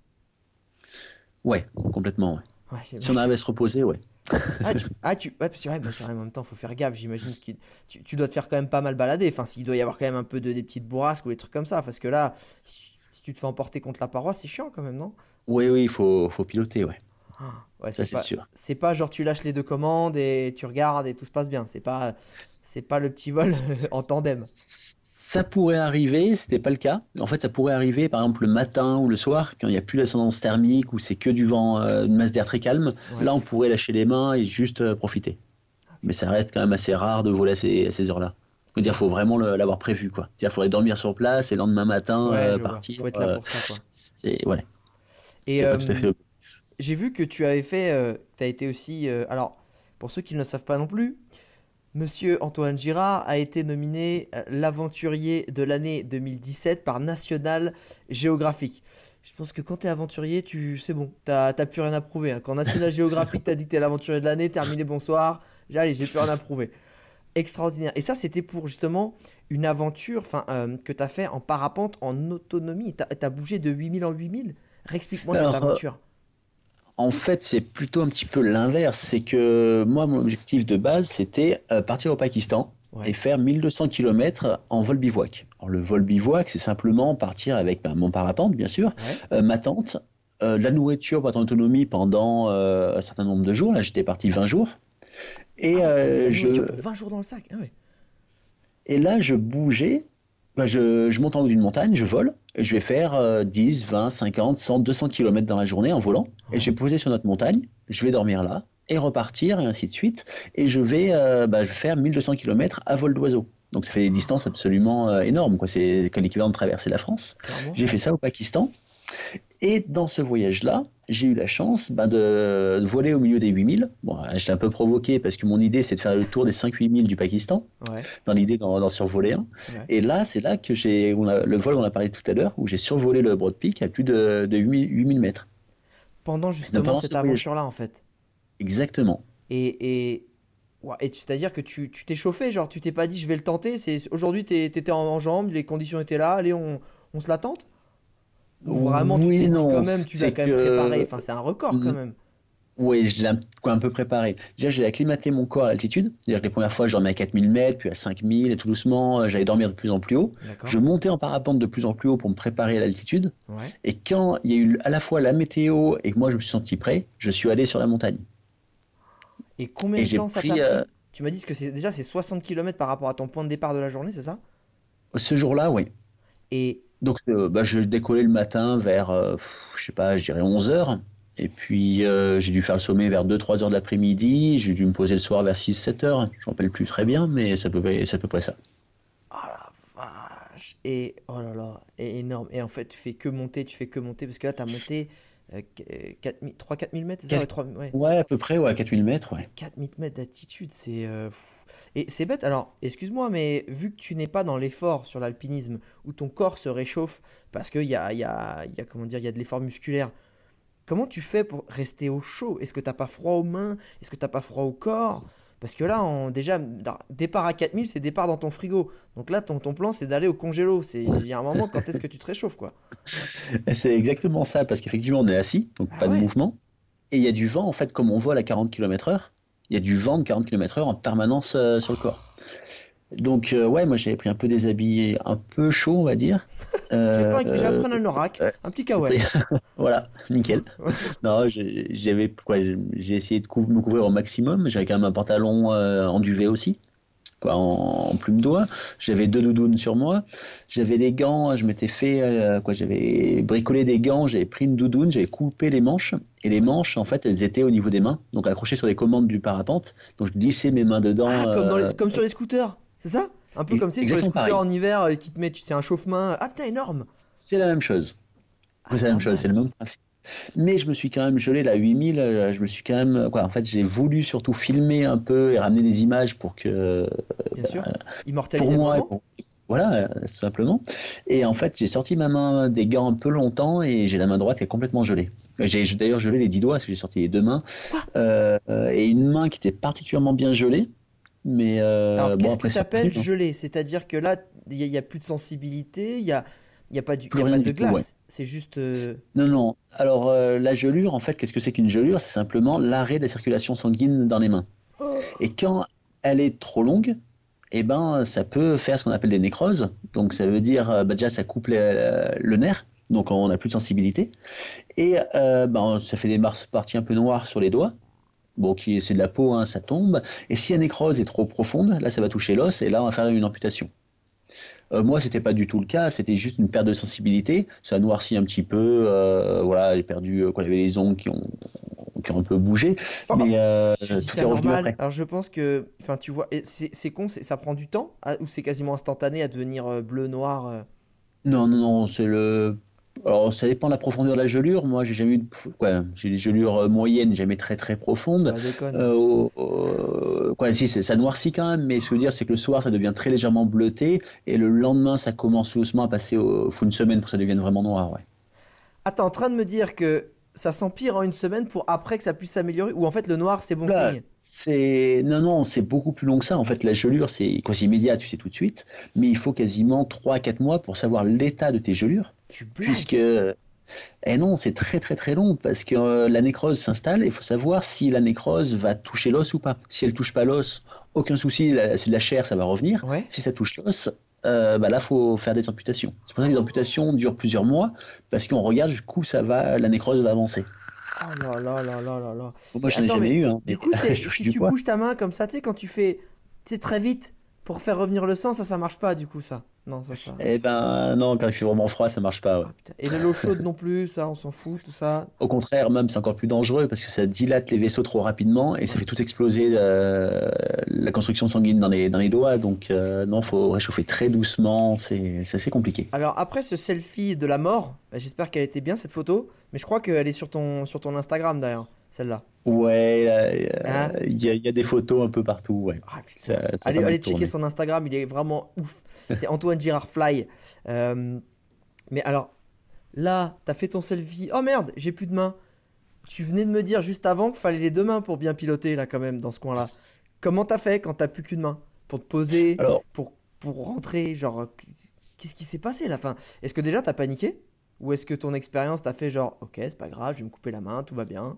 Ouais, complètement, ouais. Ouais, Si on j'imagine. arrive à se reposer, ouais. Ah, tu... Ah, tu... Ouais, parce que ouais, bah, c'est vrai, en même temps, faut faire gaffe, j'imagine. Ce qui... tu... tu dois te faire quand même pas mal balader. Enfin, s'il doit y avoir quand même un peu de... des petites bourrasques ou des trucs comme ça. Parce que là, si si tu te fais emporter contre la paroi, c'est chiant quand même, non? Oui, oui, il faut, faut piloter, ouais. Ah, ouais, Ça, c'est c'est pas... sûr. c'est pas genre tu lâches les deux commandes et tu regardes et tout se passe bien. C'est pas... c'est pas le petit vol en tandem. Ça pourrait arriver, c'était pas le cas. En fait, ça pourrait arriver, par exemple, le matin ou le soir, quand il n'y a plus d'ascendance thermique ou c'est que du vent, euh, une masse d'air très calme. Ouais. Là, on pourrait lâcher les mains et juste euh, profiter. Mais ça reste quand même assez rare de voler à ces, à ces heures-là. Je veux dire, faut vraiment le- l'avoir prévu, quoi. C'est-à-dire, faudrait dormir sur place et le lendemain matin Ouais, euh, je vois. partir. Faut être là euh, pour ça, quoi. c'est ouais, Et c'est pas tout à euh, fait. j'ai vu que tu avais fait, euh, tu as été aussi, euh, alors pour ceux qui ne le savent pas non plus, Monsieur Antoine Girard a été nominé euh, l'aventurier de l'année deux mille dix-sept par National Geographic. Je pense que quand t'es aventurier, tu, c'est bon, t'as t'as plus rien à prouver, hein. Quand National Geographic t'a dit que t'es l'aventurier de l'année, terminé, bonsoir, j'ai allez, j'ai plus rien à prouver. Extraordinaire. Et ça, c'était pour justement une aventure, enfin, euh, que t'as fait en parapente en autonomie. T'as t'as bougé de huit mille en huit mille. Réexplique-moi cette Alors, euh, aventure. en fait, c'est plutôt un petit peu l'inverse. C'est que moi, mon objectif de base, c'était euh, partir au Pakistan et Ouais, faire mille deux cents kilomètres en vol bivouac. Alors, le vol bivouac, c'est simplement partir avec ben, mon parapente, bien sûr, ouais. euh, ma tente, euh, de la nourriture pour être en autonomie pendant euh, un certain nombre de jours. Là, j'étais parti vingt jours. Ah Et, ouais, t'avais de euh, la nourriture je, pour vingt jours dans le sac. Ah ouais. et là, je bougeais. Ben, je, je monte en haut d'une montagne, je vole. Et je vais faire euh, dix, vingt, cinquante, cent, deux cents kilomètres dans la journée en volant. Et je Ouais. vais poser sur notre montagne. Je vais dormir là et repartir et ainsi de suite. Et je vais, euh, ben, je vais faire mille deux cents kilomètres à vol d'oiseau. Donc ça fait des distances absolument euh, énormes, quoi. C'est comme l'équivalent de traverser la France. Clairement. J'ai fait ça au Pakistan. Et dans ce voyage-là, j'ai eu la chance ben, de, de voler au milieu des huit mille. Bon, euh, j'étais un peu provoqué parce que mon idée, c'est de faire le tour des cinq huit mille du Pakistan, Ouais, dans l'idée d'en d'en survoler un. ouais. Et là, c'est là que j'ai on a- le vol, on a parlé tout à l'heure, où j'ai survolé le Broad Peak à plus de, de huit mille mètres. Pendant Donc, justement pendant cette ce voyage. aventure-là, en fait. Exactement. Et, et, ouais, et tu- c'est-à-dire que tu tu t'es chauffé, genre tu t'es pas dit je vais le tenter. C'est aujourd'hui t'es- t'étais en, en jambes, les conditions étaient là, allez on, on se la tente? Ou vraiment tu Oui t'es et dit quand non, même, tu l'as c'est quand même préparé. que Enfin c'est un record quand même. oui, je l'ai un, quoi, un peu préparé. Déjà, j'ai acclimaté mon corps à l'altitude. C'est-à-dire que les premières fois, je dormais à quatre mille mètres, puis à cinq mille, et tout doucement, euh, j'allais dormir de plus en plus haut. Je D'accord. montais en parapente de plus en plus haut pour me préparer à l'altitude. Ouais. Et quand il y a eu à la fois la météo et que moi, je me suis senti prêt, je suis allé sur la montagne. Et combien Et de j'ai temps ça t'a pris, euh, pris? Tu m'as dit que c'est déjà c'est soixante kilomètres par rapport à ton point de départ de la journée, c'est ça? ce jour-là, oui. Et Donc, euh, bah, je décollais le matin vers, euh, pff, je sais pas, je dirais onze heures. Et puis, euh, j'ai dû faire le sommet vers deux trois heures de l'après-midi. J'ai dû me poser le soir vers six sept heures. Je m'en rappelle plus très bien, mais c'est à peu près, c'est à peu près ça. Oh la vache. Et oh là là, et énorme. Et en fait, tu fais que monter, tu fais que monter, parce que là, tu as monté euh, quatre mille trois quatre mille mètres, c'est ça? Ouais, Quatre- trois ouais. Ouais, à peu près, ouais, quatre mille mètres, ouais. quatre mille mètres d'altitude, c'est euh, fou. Et c'est bête, alors, excuse-moi, mais vu que tu n'es pas dans l'effort sur l'alpinisme, où ton corps se réchauffe, parce qu'il y a, il y a, il y a, comment dire, il y a de l'effort musculaire, comment tu fais pour rester au chaud? Est-ce que t'as pas froid aux mains? Est-ce que t'as pas froid au corps? Parce que là, on, déjà, da- départ à quatre mille, c'est départ dans ton frigo. Donc là, ton, ton plan, c'est d'aller au congélo. C'est, il y a un moment, quand est-ce que tu te réchauffes, quoi? Et c'est exactement ça, parce qu'effectivement, on est assis, donc Ah pas de ouais? mouvement. Et il y a du vent, en fait, comme on vole à quarante kilomètres heure, il y a du vent de quarante kilomètres heure en permanence euh, sur le corps. Donc, euh, ouais, moi, j'avais pris un peu des habits un peu chauds, on va dire. J'ai Euh, pris un, j'ai euh, pris un anorak, ouais, un petit j'ai kawaii. pris- voilà, nickel. Non, j'ai- j'avais, quoi, j'ai j'ai essayé de cou- me couvrir au maximum. J'avais quand même un pantalon euh, en duvet aussi, quoi, en, en plume d'oie. J'avais deux doudounes sur moi. J'avais des gants. Je m'étais fait, euh, quoi, j'avais bricolé des gants. J'avais pris une doudoune. J'avais coupé les manches. Et les manches, en fait, elles étaient au niveau des mains, donc accrochées sur les commandes du parapente. Donc, je glissais mes mains Ah, dedans. comme, dans euh, les, comme sur les scooters, c'est ça? Un peu comme tu sais, sur les exactement scooters pareil. en hiver, euh, qui te met, tu sais, un chauffe-main. Ah putain, énorme! C'est la même chose. Ah, C'est la pas même chose. C'est mal, le même principe. Mais je me suis quand même gelé la huit mille, euh, je me suis quand même, quoi, en fait, j'ai voulu surtout filmer un peu et ramener des images pour que, bien sûr. pour Immortaliser le moi, et moment? pour, voilà, euh, tout simplement. Et en fait, j'ai sorti ma main des gants un peu longtemps et j'ai la main droite qui est complètement gelée. J'ai j'ai d'ailleurs gelé les dix doigts parce que j'ai sorti les deux mains. Quoi? Euh, euh, et une main qui était particulièrement bien gelée. Mais euh, Alors, bon, qu'est-ce que après, tu c'est appelles revenu, hein. gelé? C'est-à-dire que là, il n'y a, il y a plus de sensibilité, il n'y a, il y a pas du, il y Plus a rien pas de du tout, ouais. glace. C'est juste. euh, Non, non. Alors, euh, la gelure, en fait, qu'est-ce que c'est qu'une gelure? C'est simplement l'arrêt de la circulation sanguine dans les mains. Et quand elle est trop longue, eh ben, ça peut faire ce qu'on appelle des nécroses. Donc, ça veut dire, euh, bah, déjà, ça coupe le, le nerf. Donc, on n'a plus de sensibilité. Et euh, ben, ça fait des mar- parties un peu noires sur les doigts. Bon, qui, c'est de la peau, hein, ça tombe. Et si la nécrose est trop profonde, là, ça va toucher l'os et là, on va faire une amputation. Euh, moi, c'était pas du tout le cas, c'était juste une perte de sensibilité. Ça noircit un petit peu, euh, voilà, j'ai perdu, euh, quoi, il y avait les ongles qui ont, qui ont un peu bougé, Oh, mais euh, tu dis tout est ça revenu normal. après. Alors, je pense que. Enfin, tu vois, et c'est c'est con, c'est- ça prend du temps à- ou c'est quasiment instantané à devenir euh, bleu, noir. euh, Non, non, non, c'est le. Alors, ça dépend de la profondeur de la gelure. Moi, j'ai jamais eu de... quoi, j'ai des gelures euh, moyennes, jamais très très Pas profondes. la déconne. Euh, au- au- quoi, si, c'est- ça noircit quand même, mais ce que je veux dire, c'est que le soir, ça devient très légèrement bleuté, et le lendemain, ça commence doucement à passer. Au... faut une semaine pour que ça devienne vraiment noir, ouais. Ah, t'es en train de me dire que ça s'empire en une semaine pour après que ça puisse s'améliorer? Ou en fait, le noir, c'est bon Là, signe? c'est non, non, c'est beaucoup plus long que ça. En fait, la gelure, c'est quoi, c'est immédiat, tu sais tout de suite, mais il faut quasiment trois à quatre mois pour savoir l'état de tes gelures, Tu puisque blagues? eh non, c'est très très très long parce que euh, la nécrose s'installe et il faut savoir si la nécrose va toucher l'os ou pas. Si elle touche pas l'os, aucun souci, la- c'est de la chair, ça va revenir. Ouais. Si ça touche l'os, euh, bah là, faut faire des amputations. C'est pour ça que les amputations durent plusieurs mois parce qu'on regarde jusqu'où ça va, la nécrose va avancer. Oh là là là là là là. Bon, moi, Mais je n'en ai attends, jamais mais eu, hein, du mais coup, c'est je touche si du tu bois. bouges ta main comme ça, tu sais, quand tu fais, tu sais, très vite pour faire revenir le sang, ça, ça marche pas du coup, ça. Non, ça, ça. Eh ben non, quand il fait vraiment froid, ça marche pas, ouais. Ah, putain. Et l'eau chaude non plus, ça, on s'en fout, tout ça. Au contraire, même, c'est encore plus dangereux parce que ça dilate les vaisseaux trop rapidement et ça fait tout exploser euh, la construction sanguine dans les, dans les doigts. Donc, euh, non, faut réchauffer très doucement. C'est c'est assez compliqué. Alors après ce selfie de la mort, bah, j'espère qu'elle était bien cette photo, mais je crois qu'elle est sur ton, sur ton Instagram d'ailleurs, celle-là. Ouais, Hein? euh, il y, a il y a des photos un peu partout. Ouais. Ah putain. Ça, ça a Allez, pas mal allez checker tourné. son Instagram, il est vraiment ouf. C'est Antoine Girard Fly. Euh, mais alors, là, t'as fait ton selfie. Oh merde, j'ai plus de main. Tu venais de me dire juste avant qu'il fallait les deux mains pour bien piloter là quand même dans ce coin-là. Comment t'as fait quand t'as plus qu'une main? Pour te poser, Alors, pour, pour rentrer, genre, euh, qu'est-ce qui s'est passé là? Enfin, est-ce que déjà t'as paniqué? Ou est-ce que ton expérience t'a fait genre, ok, c'est pas grave, je vais me couper la main, tout va bien?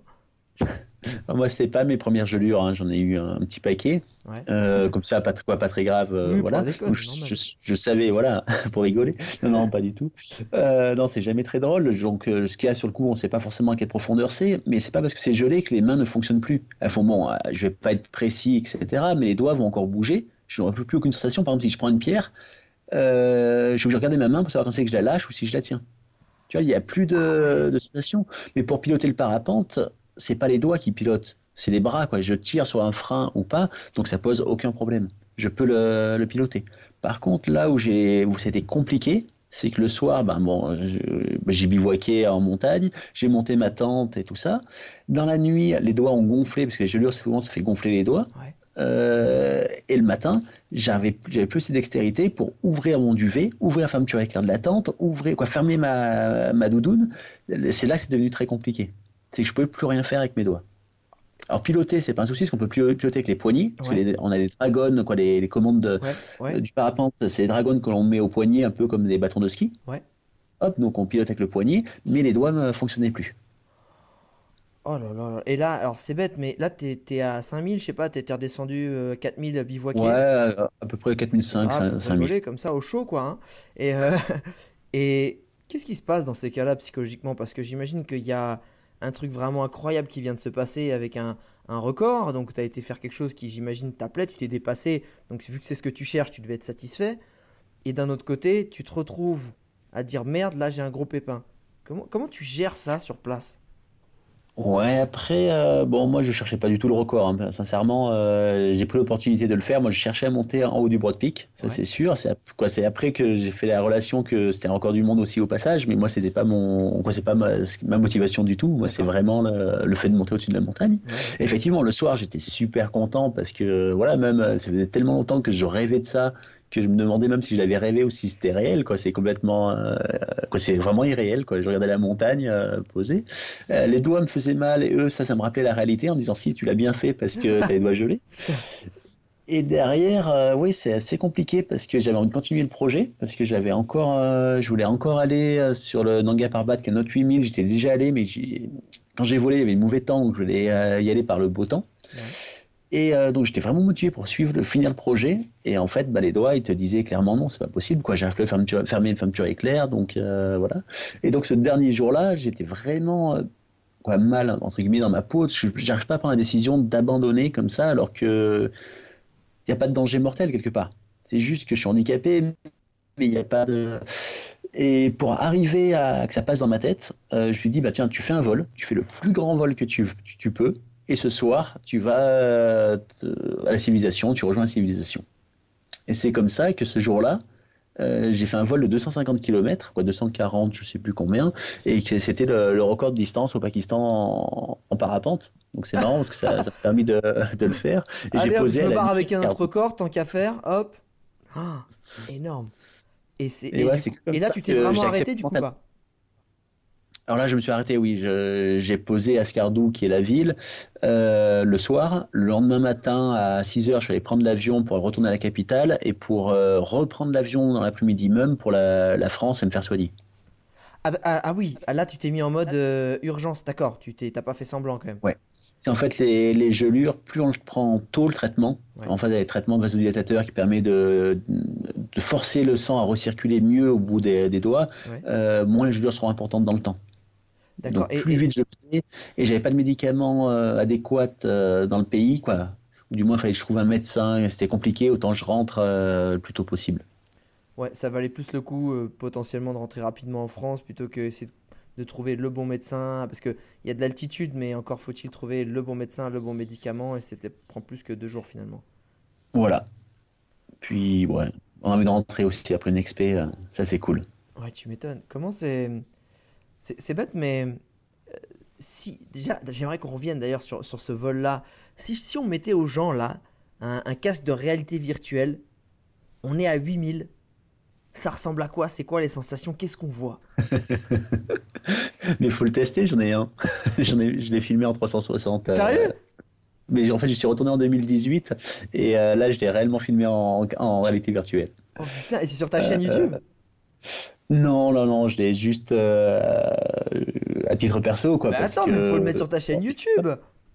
moi, c'était pas mes premières gelures. Hein. J'en ai eu un, un petit paquet. Ouais. Euh, comme ça, pas, tr- quoi, pas très grave. euh, Oui, pour la voilà. déconne, Donc, je, normal. je- je savais, voilà, pour rigoler. Non, non, pas du tout. Euh, non, c'est jamais très drôle. Donc, euh, ce qu'il y a sur le coup, on sait pas forcément à quelle profondeur c'est, mais c'est pas parce que c'est gelé que les mains ne fonctionnent plus. Elles font, bon, euh, je vais pas être précis, et cetera, mais les doigts vont encore bouger. Je n'aurai plus, plus aucune sensation. Par exemple, si je prends une pierre, euh, je suis obligé de regarder ma main pour savoir quand c'est que je la lâche ou si je la tiens. Tu vois, il n'y a plus de, de sensation. Mais pour piloter le parapente, c'est pas les doigts qui pilotent, c'est les bras, quoi. Je tire sur un frein ou pas, donc ça pose aucun problème. Je peux le, le piloter. Par contre, là où j'ai, où c'était compliqué, c'est que le soir, ben bon, je- j'ai bivouaqué en montagne, j'ai monté ma tente et tout ça. Dans la nuit, les doigts ont gonflé, parce que les gelures, souvent, ça fait gonfler les doigts. Ouais. Euh, et le matin, j'avais, j'avais plus assez dextérité pour ouvrir mon duvet, ouvrir la fermeture éclair de la tente, ouvrir, quoi, fermer ma, ma doudoune. C'est là que c'est devenu très compliqué. C'est que je pouvais plus rien faire avec mes doigts. Alors piloter, c'est pas un souci, parce qu'on peut plus piloter avec les poignets. Parce que Ouais. les- on a des dragons, quoi, les, les commandes de- Ouais. euh, Ouais. du parapente, c'est des dragons que l'on met au poignet, un peu comme des bâtons de ski. Ouais. Hop, donc on pilote avec le poignet, mais les doigts ne fonctionnaient plus. Oh là là là. Et là, alors c'est bête, mais là, t'es, t'es à cinq mille, je sais pas, t'es t'es redescendu euh, quatre mille Ouais, bivouaqué. euh, à peu près quatre mille cinq Ah, cents, pour cinq mille. rigoler comme ça au chaud, quoi, hein. Et, euh, et qu'est-ce qui se passe dans ces cas-là psychologiquement? Parce que j'imagine qu'il y a un truc vraiment incroyable qui vient de se passer avec un, un record. Donc, tu as été faire quelque chose qui, j'imagine, t'appelait, tu t'es dépassé. Donc, vu que c'est ce que tu cherches, tu devais être satisfait. Et d'un autre côté, tu te retrouves à dire merde, là, j'ai un gros pépin. Comment, comment tu gères ça sur place? Ouais, après, euh, bon, moi je cherchais pas du tout le record, hein. Sincèrement, euh, j'ai pris l'opportunité de le faire. Moi, je cherchais à monter en haut du Broad Peak, ça Ouais, c'est sûr. C'est ap- quoi, c'est après que j'ai fait la relation que c'était un record du monde aussi au passage, mais moi c'était pas mon, quoi, c'est pas ma, ma motivation du tout. Moi, c'est d'accord. vraiment le, le fait de monter au-dessus de la montagne. Ouais, ouais. Effectivement, le soir, j'étais super content parce que voilà, même euh, ça faisait tellement longtemps que je rêvais de ça que je me demandais même si je l'avais rêvé ou si c'était réel, quoi. C'est complètement, euh, quoi, c'est vraiment irréel, quoi. Je regardais la montagne euh, posée. Euh, les doigts me faisaient mal et eux, ça, ça me rappelait la réalité en me disant si tu l'as bien fait parce que t'as les doigts gelés. Putain. Et derrière, euh, oui, c'est assez compliqué parce que j'avais envie de continuer le projet parce que j'avais encore, euh, je voulais encore aller euh, sur le Nanga Parbat, qui est notre huit mille. J'étais déjà allé, mais j'ai- quand j'ai volé, il y avait le mauvais temps, donc je voulais euh, y aller par le beau temps. Ouais. Et euh, donc j'étais vraiment motivé pour suivre, le, finir le projet. Et en fait, bah, les doigts, ils te disaient clairement non, c'est pas possible, quoi. J'arrive plus à fermer, fermer une fermeture éclair, donc euh, voilà. Et donc ce dernier jour-là, j'étais vraiment euh, quoi, mal entre guillemets dans ma peau. Je n'arrive pas à prendre la décision d'abandonner comme ça, alors que il n'y a pas de danger mortel quelque part. C'est juste que je suis handicapé, mais il n'y a pas de. Et pour arriver à que ça passe dans ma tête, euh, je lui dis bah tiens, tu fais un vol, tu fais le plus grand vol que tu, tu, tu peux. Et ce soir, tu vas euh, te- à la civilisation, tu rejoins la civilisation. Et c'est comme ça que ce jour-là, euh, j'ai fait un vol de deux cent cinquante kilomètres, quoi, deux cent quarante, je sais plus combien, et que c'était le, le record de distance au Pakistan en, en parapente. Donc c'est marrant parce que ça, ça m'a permis de, de le faire. Et j'ai Allez hop, je posé à me la barre avec limite un autre quarante. record, tant qu'à faire, hop. Ah, énorme. Et, c'est, Et et, ouais, du c'est coup, comme et là, ça tu t'es que vraiment j'ai arrêté accepté du mon coup talent. pas? Alors là, je me suis arrêté, oui. Je- j'ai posé à Skardou, qui est la ville, euh, le soir. Le lendemain matin, à six heures, je suis allé prendre l'avion pour retourner à la capitale et pour euh, reprendre l'avion dans l'après-midi même pour la, la France et me faire soigner. Ah, d- ah, ah oui, ah, là, tu t'es mis en mode euh, urgence, d'accord. Tu t'es, t'as pas fait semblant quand même. Ouais. C'est en fait les, les gelures, plus on prend tôt le traitement, Ouais, en fait, il y a des traitements vasodilatateur qui permet de, de forcer le sang à recirculer mieux au bout des, des doigts, ouais. euh, moins les gelures seront importantes dans le temps. D'accord. Donc Et, plus et- vite je le faisais, et j'avais pas de médicaments euh, adéquats euh, dans le pays, quoi. Ou du moins, il fallait que je trouve un médecin, et c'était compliqué, autant je rentre euh, le plus tôt possible. ouais, ça valait plus le coup euh, potentiellement de rentrer rapidement en France plutôt que essayer de, de trouver le bon médecin. Parce qu'il y a de l'altitude, mais encore faut-il trouver le bon médecin, le bon médicament. Et c'était prend plus que deux jours finalement. Voilà. Puis, ouais, on a envie de rentrer aussi après une expé, euh, ça c'est cool. Ouais, tu m'étonnes. Comment c'est. C'est c'est bête, mais euh, si. Déjà, j'aimerais qu'on revienne d'ailleurs sur, sur ce vol-là. Si, si on mettait aux gens là un, un casque de réalité virtuelle, on est à huit mille. Ça ressemble à quoi? C'est quoi les sensations? Qu'est-ce qu'on voit? Mais il faut le tester, j'en ai un. J'en ai, je l'ai filmé en trois cent soixante. euh, Sérieux? mais en fait, je suis retourné en deux mille dix-huit et euh, là, je l'ai réellement filmé en, en réalité virtuelle. Oh putain, et c'est sur ta chaîne YouTube? Non, non, non, je l'ai juste euh, à titre perso, quoi, Mais parce attends, mais faut le mettre que sur ta chaîne YouTube.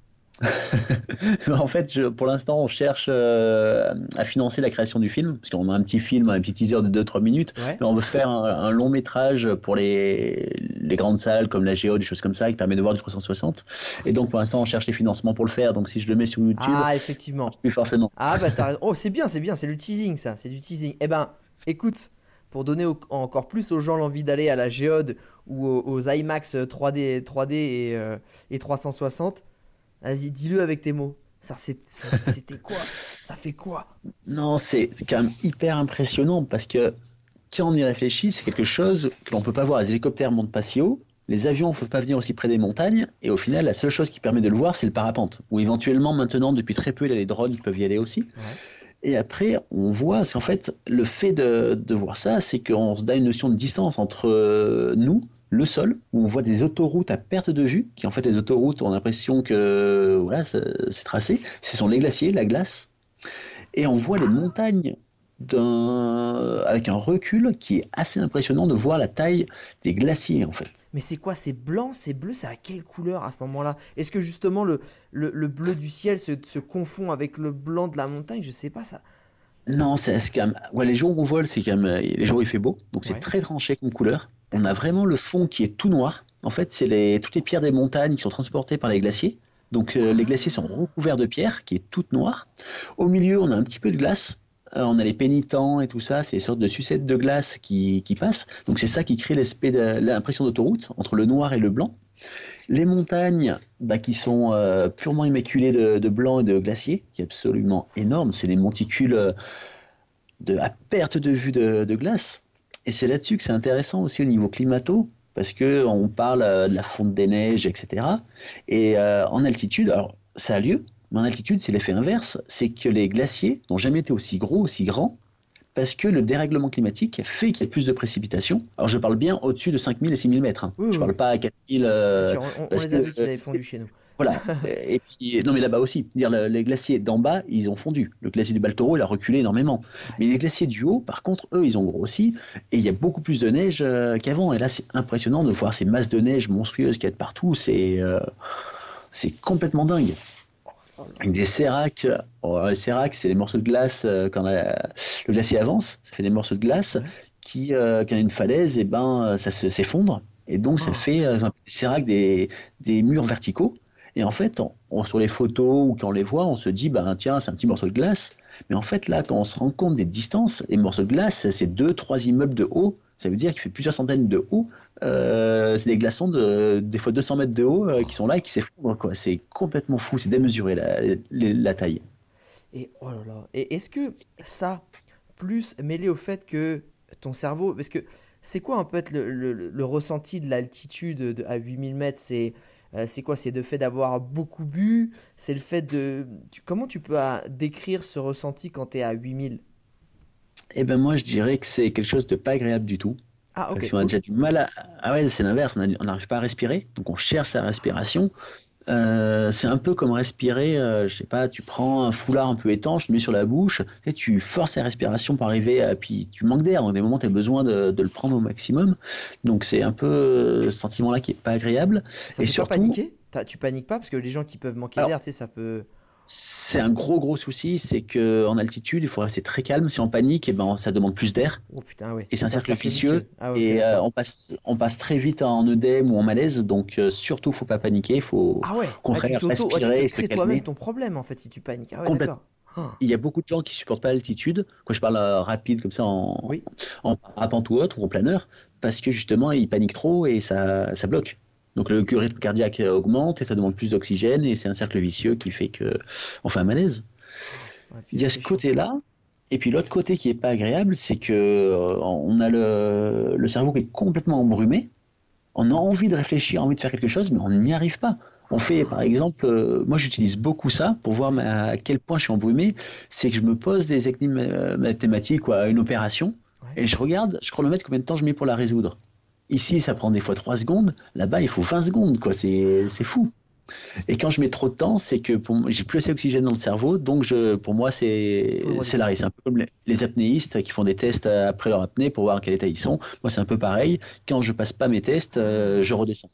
en fait, je- pour l'instant, on cherche euh, à financer la création du film, parce qu'on a un petit film, un petit teaser de deux trois minutes, Ouais. mais on veut faire un, un long métrage pour les, les grandes salles comme la Géo, des choses comme ça, qui permet de voir du trois cent soixante. Et donc, pour l'instant, on cherche les financements pour le faire. Donc, si je le mets sur YouTube, Ah, effectivement. plus forcément. Ah bah t'as raison. Oh, c'est bien, c'est bien, c'est le teasing ça, c'est du teasing. Eh ben, Écoute, pour donner au- encore plus aux gens l'envie d'aller à la Géode ou aux, aux IMAX trois D, trois D et, euh, et trois cent soixante, vas-y, dis-le avec tes mots. Ça, c'est- c'est- c'était quoi? Ça fait quoi? Non, c'est c'est quand même hyper impressionnant parce que quand on y réfléchit, c'est quelque chose que l'on ne peut pas voir. Les hélicoptères montent pas si haut, les avions ne peuvent pas venir aussi près des montagnes, et au final, la seule chose qui permet de le voir, c'est le parapente. Ou éventuellement, maintenant, depuis très peu, il y a les drones qui peuvent y aller aussi. Ouais. Et après, on voit, c'est en fait, le fait de, de voir ça, c'est qu'on se donne une notion de distance entre euh, nous, le sol, où on voit des autoroutes à perte de vue, qui en fait, les autoroutes, on a l'impression que voilà, c'est c'est tracé. Ce sont les glaciers, la glace, et on voit les montagnes d'un- avec un recul qui est assez impressionnant de voir la taille des glaciers, en fait. Mais c'est quoi? C'est blanc, c'est bleu, c'est à quelle couleur à ce moment-là? Est-ce que justement le, le, le bleu du ciel se, se confond avec le blanc de la montagne? Je sais pas ça. Non, c'est c'est quand même. Ouais, les jours où on vole, c'est quand même. euh, Les jours où il fait beau, donc c'est Ouais. très tranché comme couleur. On a D'accord. vraiment le fond qui est tout noir. En fait, c'est les... toutes les pierres des montagnes qui sont transportées par les glaciers. Donc euh, les glaciers sont recouverts de pierres qui est toute noire. Au milieu, on a un petit peu de glace. Euh, on a les pénitents et tout ça, c'est des sortes de sucettes de glace qui, qui passent. Donc c'est ça qui crée l'aspect de l'impression d'autoroute entre le noir et le blanc. Les montagnes bah, qui sont euh, purement immaculées de, de blanc et de glacier, qui est absolument énorme. C'est des monticules euh, de, à perte de vue de, de glace. Et c'est là-dessus que c'est intéressant aussi au niveau climato, parce que on parle euh, de la fonte des neiges, et cetera. Et euh, en altitude, alors ça a lieu, mais en altitude, c'est l'effet inverse, c'est que les glaciers n'ont jamais été aussi gros, aussi grands, parce que le dérèglement climatique fait qu'il y ait plus de précipitations. Alors je parle bien au-dessus de cinq mille et six mille mètres. Hein. Oui, Je oui, ne parle oui. pas à quatre mille. Bien Euh, sûr, on, on parce les a que, vus qu'ils euh, avaient fondu chez nous. voilà. Et puis, non, mais là-bas aussi. Dire le- les glaciers d'en bas, ils ont fondu. Le glacier du Baltoro, il a reculé énormément. Ouais. Mais les glaciers du haut, par contre, eux, ils ont grossi. Et il y a beaucoup plus de neige euh, qu'avant. Et là, c'est impressionnant de voir ces masses de neige monstrueuses qu'il y a de partout. C'est euh, c'est complètement dingue. Oh là Avec des séracs. Oh, alors, les séracs, c'est les morceaux de glace euh, quand la- le glacier avance. Ça fait des morceaux de glace là. Ouais. qui, euh, quand il y a une falaise, et ben, euh, ça se- s'effondre. Et donc, ça Oh. fait euh, des séracs, des, des murs verticaux. Et en fait, on- on- sur les photos ou quand on les voit, on se dit, ben, tiens, c'est un petit morceau de glace. Mais en fait, là, quand on se rend compte des distances, les morceaux de glace, c'est deux, trois immeubles de haut. Ça veut dire qu'il fait plusieurs centaines de haut. Euh, c'est des glaçons de des fois deux cents mètres de haut euh, qui sont là et qui s'effondrent, quoi. C'est complètement fou, c'est démesuré la, la, la taille. Et oh là là. Et est-ce que ça, plus mêlé au fait que ton cerveau, parce que c'est quoi en fait le, le- le- le ressenti de l'altitude de- à huit mille mètres? C'est euh, c'est quoi? C'est le fait d'avoir beaucoup bu? C'est le fait de... tu- comment tu peux ah, décrire ce ressenti quand tu es à huit mille? Et ben moi, je dirais que c'est quelque chose de pas agréable du tout. Ah Parce ok, qu'on a cool. déjà du mal à... Ah ouais, c'est l'inverse, on a- on n'arrive pas à respirer, donc on cherche sa respiration. Euh, c'est un peu comme respirer, euh, je sais pas, tu prends un foulard un peu étanche, tu le mets sur la bouche, et tu forces la respiration pour arriver à... Puis tu manques d'air, donc des moments tu as besoin de, de le prendre au maximum. Donc c'est un peu euh, ce sentiment-là qui est pas agréable. Ça Et fait pas surtout, paniquer? T'as- Tu paniques pas? Parce que les gens qui peuvent manquer alors d'air, tu sais, ça peut... c'est un gros gros souci, c'est que en altitude, il faut rester très calme. Si on panique, eh ben, ça demande plus d'air. Oh putain, ouais. Et c'est Et un c'est un cercle cercle vicieux vicieux. Ah ouais, ok, et euh, d'accord. on passe, on passe très vite en œdème ou en malaise, donc euh, surtout faut pas paniquer, il faut au Ah ouais. Ah, tu contraire t'auto... ah, tu te respirer et se crées toi-même calmer ton problème en fait si tu paniques. Ah ouais, complètement. d'accord. Ah, Il y a beaucoup de gens qui supportent pas l'altitude, quand je parle euh, rapide comme ça en, oui. en parapente ou autre ou en planeur, parce que justement ils paniquent trop et ça, ça bloque. Donc le rythme cardiaque euh, augmente et ça demande plus d'oxygène et c'est un cercle vicieux qui fait que on fait un malaise. Ouais, Il putain, y a c'est ce chiant. côté-là. Et puis l'autre côté qui est pas agréable, c'est que euh, on a le, le cerveau qui est complètement embrumé. On a envie de réfléchir, envie de faire quelque chose, mais on n'y arrive pas. On fait, par exemple, euh, moi j'utilise beaucoup ça pour voir ma- à quel point je suis embrumé. C'est que je me pose des énigmes euh, mathématiques, quoi, une opération, Ouais. et je regarde, je chronomètre combien de temps je mets pour la résoudre. Ici, ça prend des fois trois secondes. Là-bas, il faut vingt secondes, quoi. C'est, c'est fou. Et quand je mets trop de temps, c'est que pour moi, j'ai plus assez d'oxygène dans le cerveau, donc je, pour moi, c'est, Faut le c'est redescendre. l'arrêt. C'est un peu comme les, les apnéistes qui font des tests euh, après leur apnée pour voir à quel état ils sont. Moi, c'est un peu pareil. Quand je passe pas mes tests, euh, je redescends.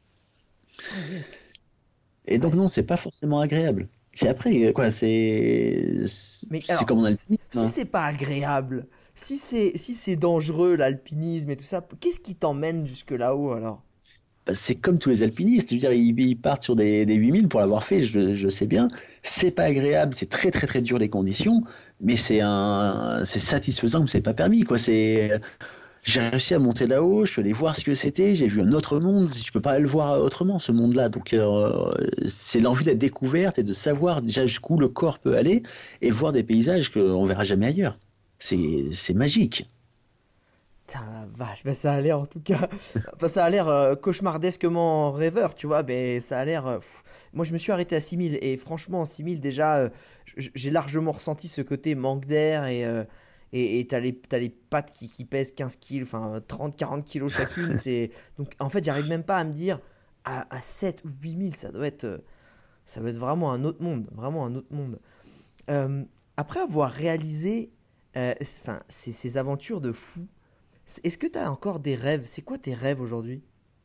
Ah yes. Et Ouais, donc non, c'est- c'est pas forcément agréable. C'est après, euh, quoi, c'est, mais c'est alors, comme en si alpinisme. si Hein. c'est pas agréable, si c'est si c'est dangereux l'alpinisme et tout ça, qu'est-ce qui t'emmène jusque là-haut alors? bah, c'est comme tous les alpinistes. Je veux dire, ils, ils partent sur des, des huit mille pour l'avoir fait, je, je sais bien. C'est pas agréable, c'est très très très dur les conditions, mais c'est un, c'est satisfaisant que c'est pas permis, quoi. C'est, j'ai réussi à monter là-haut, je suis allé voir ce que c'était, j'ai vu un autre monde, je peux pas le voir autrement, ce monde-là. Donc euh, c'est l'envie de la découverte et de savoir déjà jusqu'où le corps peut aller et voir des paysages qu'on verra jamais ailleurs. C'est, c'est magique. Putain, la vache, bah, ça a l'air en tout cas. Enfin, ça a l'air euh, cauchemardesquement rêveur, tu vois, mais ça a l'air. euh, pff. Moi, je me suis arrêté à six mille et franchement, six mille, déjà, euh, j- j'ai largement ressenti ce côté manque d'air et. euh, et et t'as les, t'as les pattes qui, qui pèsent quinze kilos, enfin trente quarante kilos chacune. C'est... Donc en fait, j'arrive même pas à me dire à, à sept ou huit mille, ça doit être, euh, ça doit être vraiment un autre monde. Vraiment un autre monde. Euh, Après avoir réalisé euh, c- 'fin, ces, ces aventures de fou, c- est-ce que tu as encore des rêves? C'est quoi tes rêves aujourd'hui?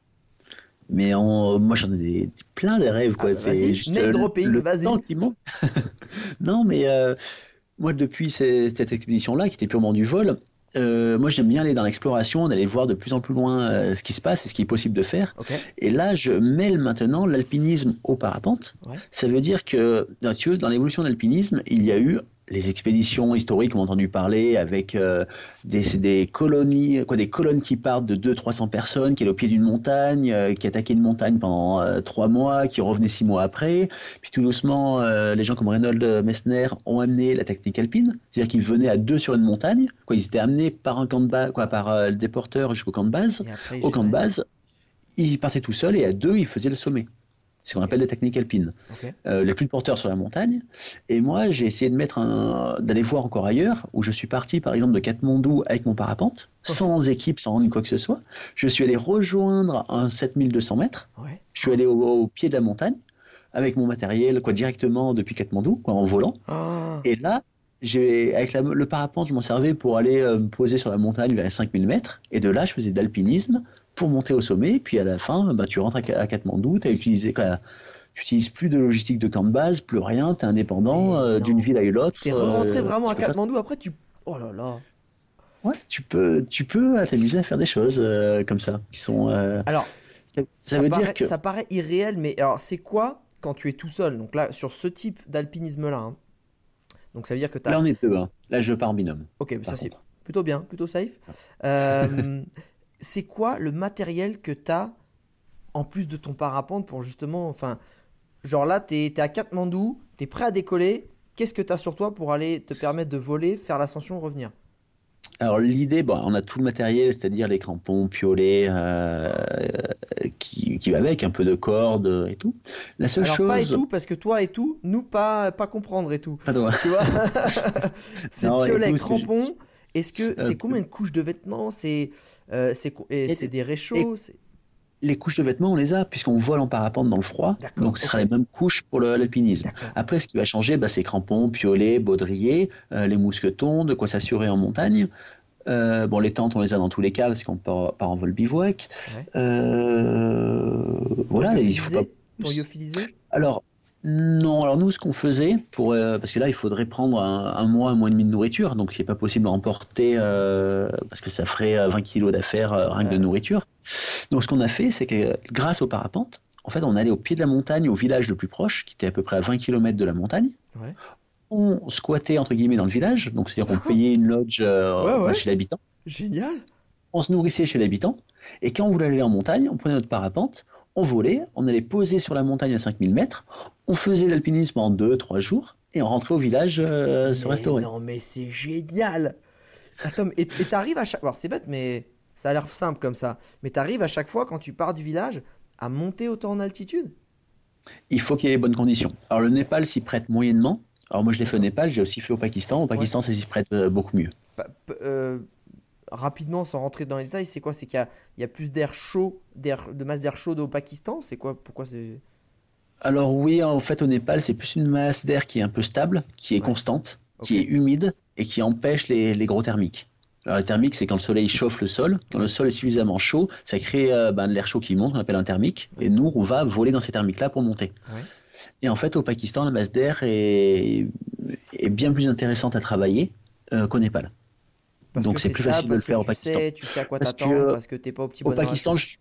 Mais en, moi j'en ai des, plein de rêves, Ah quoi. bah C'est vas-y, juste name euh, dropping, le temps vas-y. qui manque. Non, mais euh, moi, depuis ces- cette expédition-là, qui était purement du vol, euh, moi j'aime bien aller dans l'exploration, d'aller voir de plus en plus loin euh, ce qui se passe et ce qui est possible de faire. Ok, Et là, je mêle maintenant l'alpinisme au parapente. ouais. Ça veut dire que, dans tu veux, dans l'évolution de l'alpinisme, il y a eu les expéditions historiques, on a entendu parler, avec euh, des, des colonies, quoi, des colonnes qui partent de deux cents à trois cents personnes, qui allaient au pied d'une montagne, euh, qui attaquaient une montagne pendant euh, trois mois, qui revenaient six mois après. Puis tout doucement, euh, les gens comme Reynold Messner ont amené la technique alpine, c'est-à-dire qu'ils venaient à deux sur une montagne, quoi, ils étaient amenés par un camp de base, quoi, par euh, des porteurs jusqu'au camp de base. Et après, Au camp de ouais. base, ils partaient tout seuls et à deux, ils faisaient le sommet. C'est ce qu'on Ok, appelle la technique alpine. ok. Euh, les plus de porteurs sur la montagne. Et moi, j'ai essayé de mettre un, d'aller voir encore ailleurs, où je suis parti, par exemple, de Katmandou avec mon parapente, Ok, sans équipe, sans ni quoi que ce soit. Je suis allé rejoindre un sept mille deux cents mètres. ouais. Je suis allé au, au pied de la montagne, avec mon matériel, quoi, directement depuis Katmandou, quoi, en volant. Ah, Et là, j'ai, avec la- le parapente, je m'en servais pour aller euh, me poser sur la montagne vers les cinq mille mètres. Et de là, je faisais de l'alpinisme pour monter au sommet. Puis à la fin, bah, tu rentres à, Ka- à Katmandou, tu as utilisé, quoi, tu n'utilises plus de logistique de camp de base, plus rien, tu es indépendant mais euh, d'une non. ville à l'autre. T'es re-rentré euh, vraiment tu à peux faire- Katmandou après tu. Oh là là. ouais, tu peux, tu peux t'amuser à faire des choses euh, comme ça, qui sont. euh, Alors, ça, ça ça veut paraît, dire que ça paraît irréel, mais alors c'est quoi quand tu es tout seul? Donc là, sur ce type d'alpinisme-là, hein. Donc ça veut dire que tu là as. on est deux, hein. Là je pars en binôme, Ok, mais ça par c'est contre. plutôt bien, plutôt safe. Euh, c'est quoi le matériel que tu as en plus de ton parapente pour justement. Enfin, genre là, tu es, à Katmandou, tu es prêt à décoller. Qu'est-ce que tu as sur toi pour aller te permettre de voler, faire l'ascension, revenir? Alors l'idée, bon, on a tout le matériel, c'est-à-dire les crampons, piolets, euh, qui, qui va avec, un peu de corde et tout. La seule Alors pas et chose, tout, parce que toi et tout, nous pas, pas comprendre et tout. pardon, Tu vois? C'est non, et piolet, tout, ce que je- crampons. Est-ce que euh, c'est combien de couches de vêtements? C'est euh, c'est co- et et- c'est des et réchauds? c'est- les couches de vêtements, on les a, puisqu'on vole en parapente dans le froid, D'accord, donc ce sera ok. les mêmes couches pour le- l'alpinisme. D'accord. Après, ce qui va changer, bah, c'est crampons, piolets, baudriers, euh, les mousquetons, de quoi s'assurer en montagne. Euh, bon, les tentes, on les a dans tous les cas, parce qu'on part, part en vol bivouac. Ouais. Euh, Ton voilà, il faut pas lyophilisé? Ton lyophilisé? Alors, non, alors nous, ce qu'on faisait, pour, euh, parce que là, il faudrait prendre un, un mois, un mois et demi de nourriture, donc c'est pas possible à emporter, euh, parce que ça ferait euh, vingt kilos d'affaires euh, rien que de Ouais. nourriture. Donc, ce qu'on a fait, c'est que euh, grâce au parapente, en fait, on allait au pied de la montagne, au village le plus proche, qui était à peu près à vingt kilomètres de la montagne. Ouais. On squattait, entre guillemets, dans le village, donc c'est-à-dire qu'on payait une lodge euh, Ouais, bah, ouais. chez l'habitant. Génial. On se nourrissait chez l'habitant, et quand on voulait aller en montagne, on prenait notre parapente, on volait, on allait poser sur la montagne à cinq mille mètres, on faisait l'alpinisme en deux trois jours, et on rentrait au village euh, se Mais restaurer. non, mais c'est génial. Attends, mais- et et t'arrives à chaque. Alors c'est bête, mais ça a l'air simple comme ça. Mais t'arrives à chaque fois quand tu pars du village à monter autant en altitude? Il faut qu'il y ait les bonnes conditions. Alors le Népal s'y prête moyennement. Alors moi je l'ai fait au D'accord. Népal, j'ai aussi fait au Pakistan. Au Ouais. Pakistan ça s'y prête euh, beaucoup mieux. Pa- p- euh, Rapidement, sans rentrer dans les détails, c'est quoi? C'est qu'il y a, il y a plus d'air chaud, d'air, de masse d'air chaude au Pakistan? C'est quoi? Pourquoi c'est. Alors oui, en fait au Népal c'est plus une masse d'air qui est un peu stable, qui est Ouais. constante, Ok. qui est humide et qui empêche les, les gros thermiques. Alors les thermiques c'est quand le soleil chauffe le sol. Quand Ouais. le sol est suffisamment chaud, ça crée euh, ben, de l'air chaud qui monte, on appelle un thermique. Ouais. Et nous on va voler dans ces thermiques-là pour monter. Ouais. Et en fait au Pakistan la masse d'air est, est bien plus intéressante à travailler euh, qu'au Népal. Parce Donc que c'est c'est plus stable, facile de le parce que faire au tu Pakistan. sais, tu sais à quoi Parce t'attendre, que parce que t'es pas au petit au bonheur à Pakistan, chaud. je-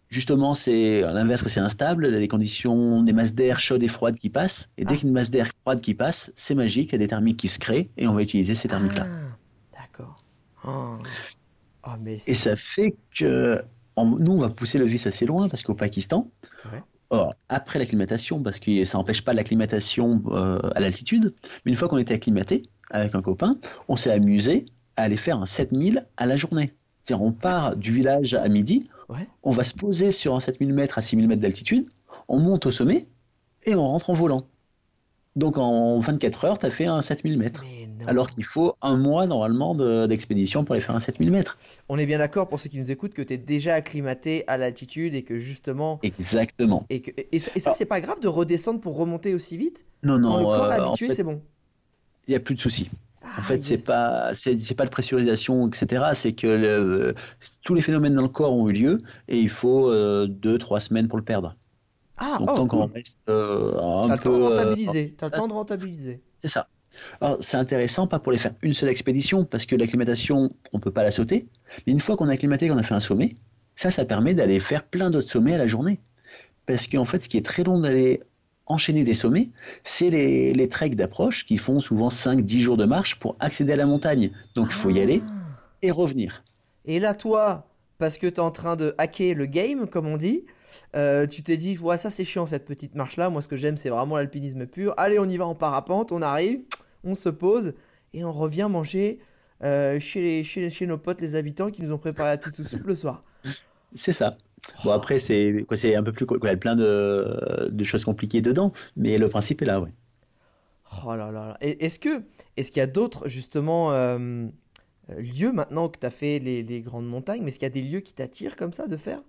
Justement, c'est à l'inverse, c'est instable, il y a des conditions, des masses d'air chaudes et froides qui passent, et dès Ah. qu'il y a une masse d'air froide qui passe, c'est magique, il y a des thermiques qui se créent, et on va utiliser ces thermiques-là. Ah, d'accord. Oh. Oh, mais Et c'est... ça fait que en- nous, on va pousser le vice assez loin, parce qu'au Pakistan, Ouais. or, après l'acclimatation, parce que ça n'empêche pas l'acclimatation euh, à l'altitude, mais une fois qu'on était acclimaté avec un copain, on s'est amusé à aller faire un sept mille à la journée. C'est-à-dire, on part du village à midi, Ouais. on va se poser sur un sept mille mètres à six mille mètres d'altitude, on monte au sommet et on rentre en volant. Donc en vingt-quatre heures, tu as fait un sept mille mètres. Mais non. Alors qu'il faut un mois normalement de- d'expédition pour aller faire un sept mille mètres. On est bien d'accord pour ceux qui nous écoutent que tu es déjà acclimaté à l'altitude et que justement... Exactement. Et, que... et ça, et ça, Ah. c'est pas grave de redescendre pour remonter aussi vite? Non, Quand le non, corps est euh, en habitué, fait, c'est bon. il n'y a plus de soucis. En Ah, fait, c'est yes. pas, c'est, c'est pas de pressurisation, et cetera. C'est que le- tous les phénomènes dans le corps ont eu lieu et il faut euh, deux, trois semaines pour le perdre. Ah, Donc oh, tant qu'on cool. reste euh, un T'as le temps de peu, euh, rentabiliser. T'as le ah, temps de rentabiliser. c'est ça. Alors, c'est intéressant, pas pour les faire une seule expédition, parce que l'acclimatation, on peut pas la sauter. Mais une fois qu'on a acclimaté, qu'on a fait un sommet, ça, ça permet d'aller faire plein d'autres sommets à la journée. Parce qu'en fait, ce qui est très long d'aller enchaîner des sommets, c'est les, les treks d'approche qui font souvent cinq dix jours de marche pour accéder à la montagne. Donc, il faut y aller Ah. et revenir. Et là, toi, parce que t'es en train de hacker le game, comme on dit, euh, tu t'es dit, ouais, ça c'est chiant cette petite marche-là. Moi, ce que j'aime, c'est vraiment l'alpinisme pur. Allez, on y va en parapente, on arrive, on se pose et on revient manger euh, chez, les- chez, chez nos potes, les habitants qui nous ont préparé la petite soupe le soir. C'est ça. Bon, après, c'est quoi, c'est un peu plus. Quoi, il y a plein de, de choses compliquées dedans, mais le principe est là, ouais. Oh là là là. Et est-ce que, est-ce qu'il y a d'autres, justement, euh, euh, lieux maintenant que tu as fait les, les grandes montagnes, mais est-ce qu'il y a des lieux qui t'attirent comme ça de faire?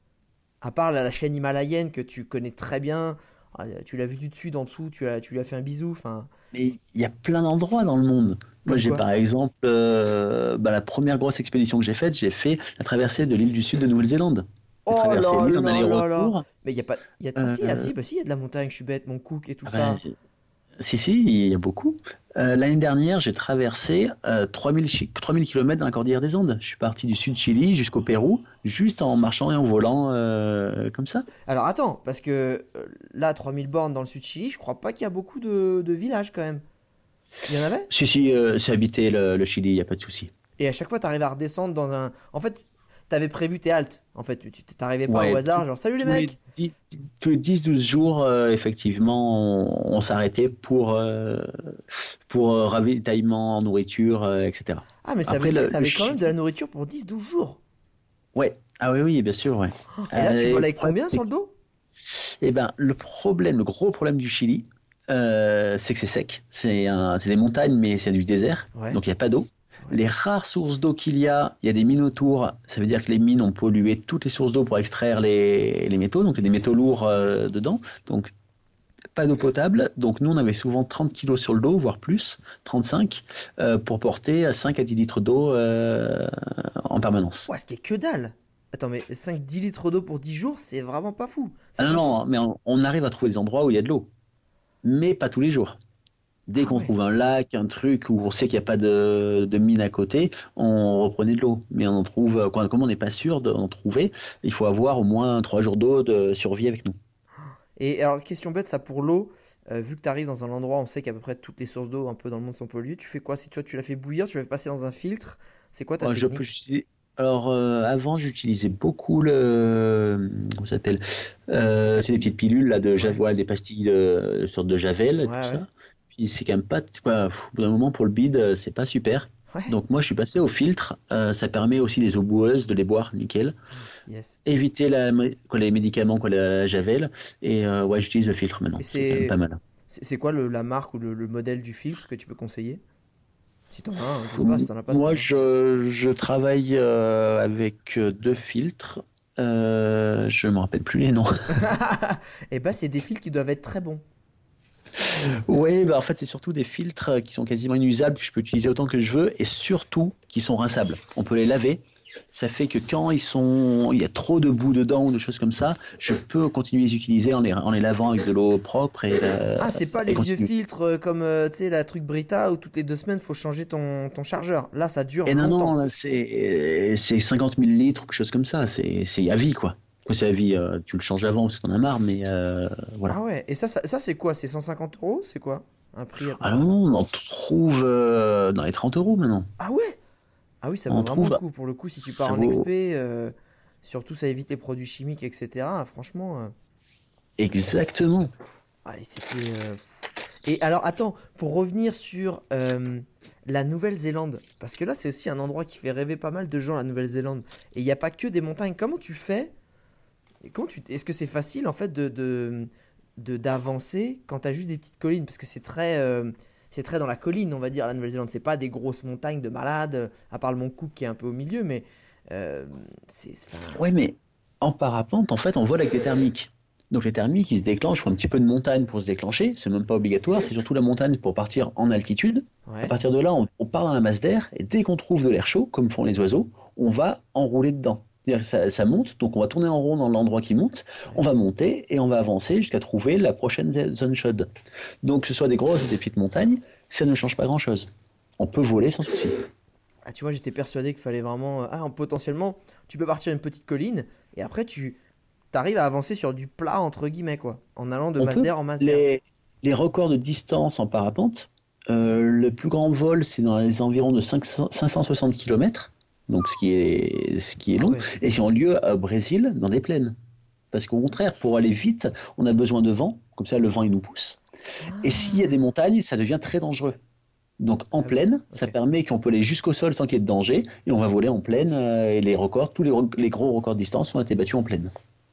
À part la, la chaîne himalayenne que tu connais très bien, ah, tu l'as vu du dessus, d'en dessous, tu, as, tu lui as fait un bisou, enfin... Mais il y a plein d'endroits dans le monde. Moi, Comme j'ai quoi? par exemple euh, bah, la première grosse expédition que j'ai faite, j'ai fait la traversée de l'île du Sud de Nouvelle-Zélande. J'ai Oh traversé là l'île en là là là. aller-retour. Mais il y a pas... il Y a... Ah si, ah Euh, si, bah si, il y a de la montagne, je suis bête, mon Cook et tout ah ça. ben, si, si, il y a beaucoup. Euh, l'année dernière, j'ai traversé euh, trois mille, chi- trois mille kilomètres dans la cordillère des Andes. Je suis parti du sud Chili jusqu'au Pérou, juste en marchant et en volant euh, comme ça. Alors attends, parce que euh, là, trois mille bornes dans le sud Chili, je crois pas qu'il y a beaucoup de, de villages quand même. Il y en avait? Si, si, euh, c'est habité le, le Chili, il n'y a pas de souci. Et à chaque fois, t'arrives à redescendre dans un... En fait, t'avais prévu tes haltes. En fait, tu tu- t'arrivais pas au Ouais, hasard, genre, salut les tous les mecs! dix, tous les dix douze jours, euh, effectivement, on, on s'arrêtait pour, euh, pour euh, ravitaillement en nourriture, euh, et cetera. Ah, mais ça veut Après, dire le, que le t'avais quand même de la Chili, nourriture pour dix douze jours. ouais, ah oui, oui, bien sûr, ouais. Et là, tu Euh, voles le avec problème, combien c'est sur que, le dos? eh ben, le problème, le gros problème du Chili, euh, c'est que c'est sec. C'est un, c'est des montagnes, mais c'est du désert, Ouais, donc il n'y a pas d'eau. ouais. Les rares sources d'eau qu'il y a, il y a des mines autour. Ça veut dire que les mines ont pollué toutes les sources d'eau pour extraire les, les métaux, donc il y a des métaux lourds euh, dedans. Donc pas d'eau potable. Donc nous, on avait souvent trente kilos sur le dos, voire plus, trente-cinq, euh, pour porter à cinq à dix litres d'eau euh, en permanence. Ouais, ce qui est que dalle. Attends, mais cinq dix litres d'eau pour dix jours, c'est vraiment pas fou. Ah non, Sachant... non, mais on, on arrive à trouver des endroits où il y a de l'eau, mais pas tous les jours. Dès Ah qu'on ouais. trouve un lac, un truc où on sait qu'il n'y a pas de, de mine à côté, on reprenait de l'eau. Mais on en trouve, quand- comme on n'est pas sûr d'en trouver, il faut avoir au moins trois jours d'eau de survie avec nous. Et alors, question bête, ça pour l'eau, euh, vu que tu arrives dans un endroit où on sait qu'à peu près toutes les sources d'eau un peu dans le monde sont polluées, tu fais quoi? Si toi tu la fais bouillir, tu la fais passer dans un filtre, c'est quoi ta Euh, je peux, technique? utiliser- alors, euh, avant, j'utilisais beaucoup le. Comment ça s'appelle? Euh, c'est des Pastille? petites pilules là, de Ouais, Javel, ouais, des pastilles de, de sorte de Javel, et tout ouais, ouais. ça. Puis c'est quand même pas. Quoi, au bout d'un moment, pour le bide, euh, c'est pas super. Ouais, Donc, moi, je suis passé au filtre. Euh, ça permet aussi les eaux boueuses de les boire, nickel. yes. Et c'est Éviter la, quoi, les médicaments, quoi, la Javel. Et euh, ouais, j'utilise le filtre maintenant. et C'est quand même pas c'est- mal. c'est c'est quoi le- la marque ou le, le modèle du filtre que tu peux conseiller? Si t'en as un, je sais pas, si t'en as pas, c'est pas Moi, grave. je, je travaille euh, avec euh, deux filtres. Euh, je me rappelle plus les noms. Et bah, c'est des filtres qui doivent être très bons. Oui, bah en fait, c'est surtout des filtres euh, qui sont quasiment inusables, que je peux utiliser autant que je veux, et surtout qui sont rinçables. On peut les laver. Ça fait que quand ils sont, il y a trop de boue dedans ou de choses comme ça, je peux continuer à les utiliser en les, en les lavant avec de l'eau propre et, euh, Ah, c'est pas et les vieux continuer. filtres euh, comme, euh, tu sais, la truc Brita où toutes les deux semaines, faut changer ton, ton chargeur. Là, ça dure Et non, non, longtemps. là, c'est c'est cinquante millilitres ou quelque chose comme ça. C'est c'est à vie, quoi. Après, c'est la vie, euh, tu le changes avant parce que t'en as marre, mais euh, voilà. Ah ouais, et ça, ça, ça, c'est quoi? C'est cent cinquante euros? C'est quoi? Un prix à peu Ah près? non, on en trouve euh, dans les trente euros maintenant. Ah ouais? Ah oui, ça On vaut en vraiment le trouve, coup. Pour le coup, si tu pars ça en vaut expé, euh, surtout ça évite les produits chimiques, et cetera. Franchement, euh, exactement. ouais, c'était. euh, pff. Et alors, attends, pour revenir sur euh, la Nouvelle-Zélande, parce que là, c'est aussi un endroit qui fait rêver pas mal de gens, la Nouvelle-Zélande. Et il n'y a pas que des montagnes. Comment tu fais? Et comment tu... Est-ce que c'est facile en fait de, de, de- d'avancer quand tu as juste des petites collines? Parce que c'est très, euh, c'est très dans la colline, on va dire, la Nouvelle-Zélande. C'est pas des grosses montagnes de malades, euh, à part le mont Cook qui est un peu au milieu, mais euh, c'est. Enfin, Ouais, mais en parapente, en fait, on vole avec des thermiques. Donc les thermiques, ils se déclenchent, il faut un petit peu de montagne pour se déclencher. C'est même pas obligatoire, c'est surtout la montagne pour partir en altitude. À ouais. partir de là, on, on part dans la masse d'air et dès qu'on trouve de l'air chaud, comme font les oiseaux, on va enrouler dedans. C'est-à-dire que ça, ça monte, donc on va tourner en rond dans l'endroit qui monte, on Ouais. va monter et on va avancer jusqu'à trouver la prochaine z- zone chaude. Donc que ce soit des grosses ou des petites montagnes, ça ne change pas grand-chose. On peut voler sans souci. Ah, tu vois, j'étais persuadé qu'il fallait vraiment. euh, Ah, potentiellement, tu peux partir une petite colline et après tu arrives à avancer sur du plat, entre guillemets, quoi, en allant de On masse peut. d'air en masse d'air. Les, les records de distance en parapente, euh, le plus grand vol, c'est dans les environs de cinq cents cinq cent soixante kilomètres, donc ce qui est, ce qui est Ah long, ouais. et qui ont lieu au Brésil, dans des plaines. Parce qu'au contraire, pour aller vite, on a besoin de vent, comme ça le vent il nous pousse. Et s'il y a des Ah, montagnes, ça devient très dangereux. Donc en ah oui, plaine, ça ok. permet qu'on peut aller jusqu'au sol sans qu'il y ait de danger, et on va voler en plaine, euh, et les records, tous les, re- les gros records de distance ont été battus en plaine.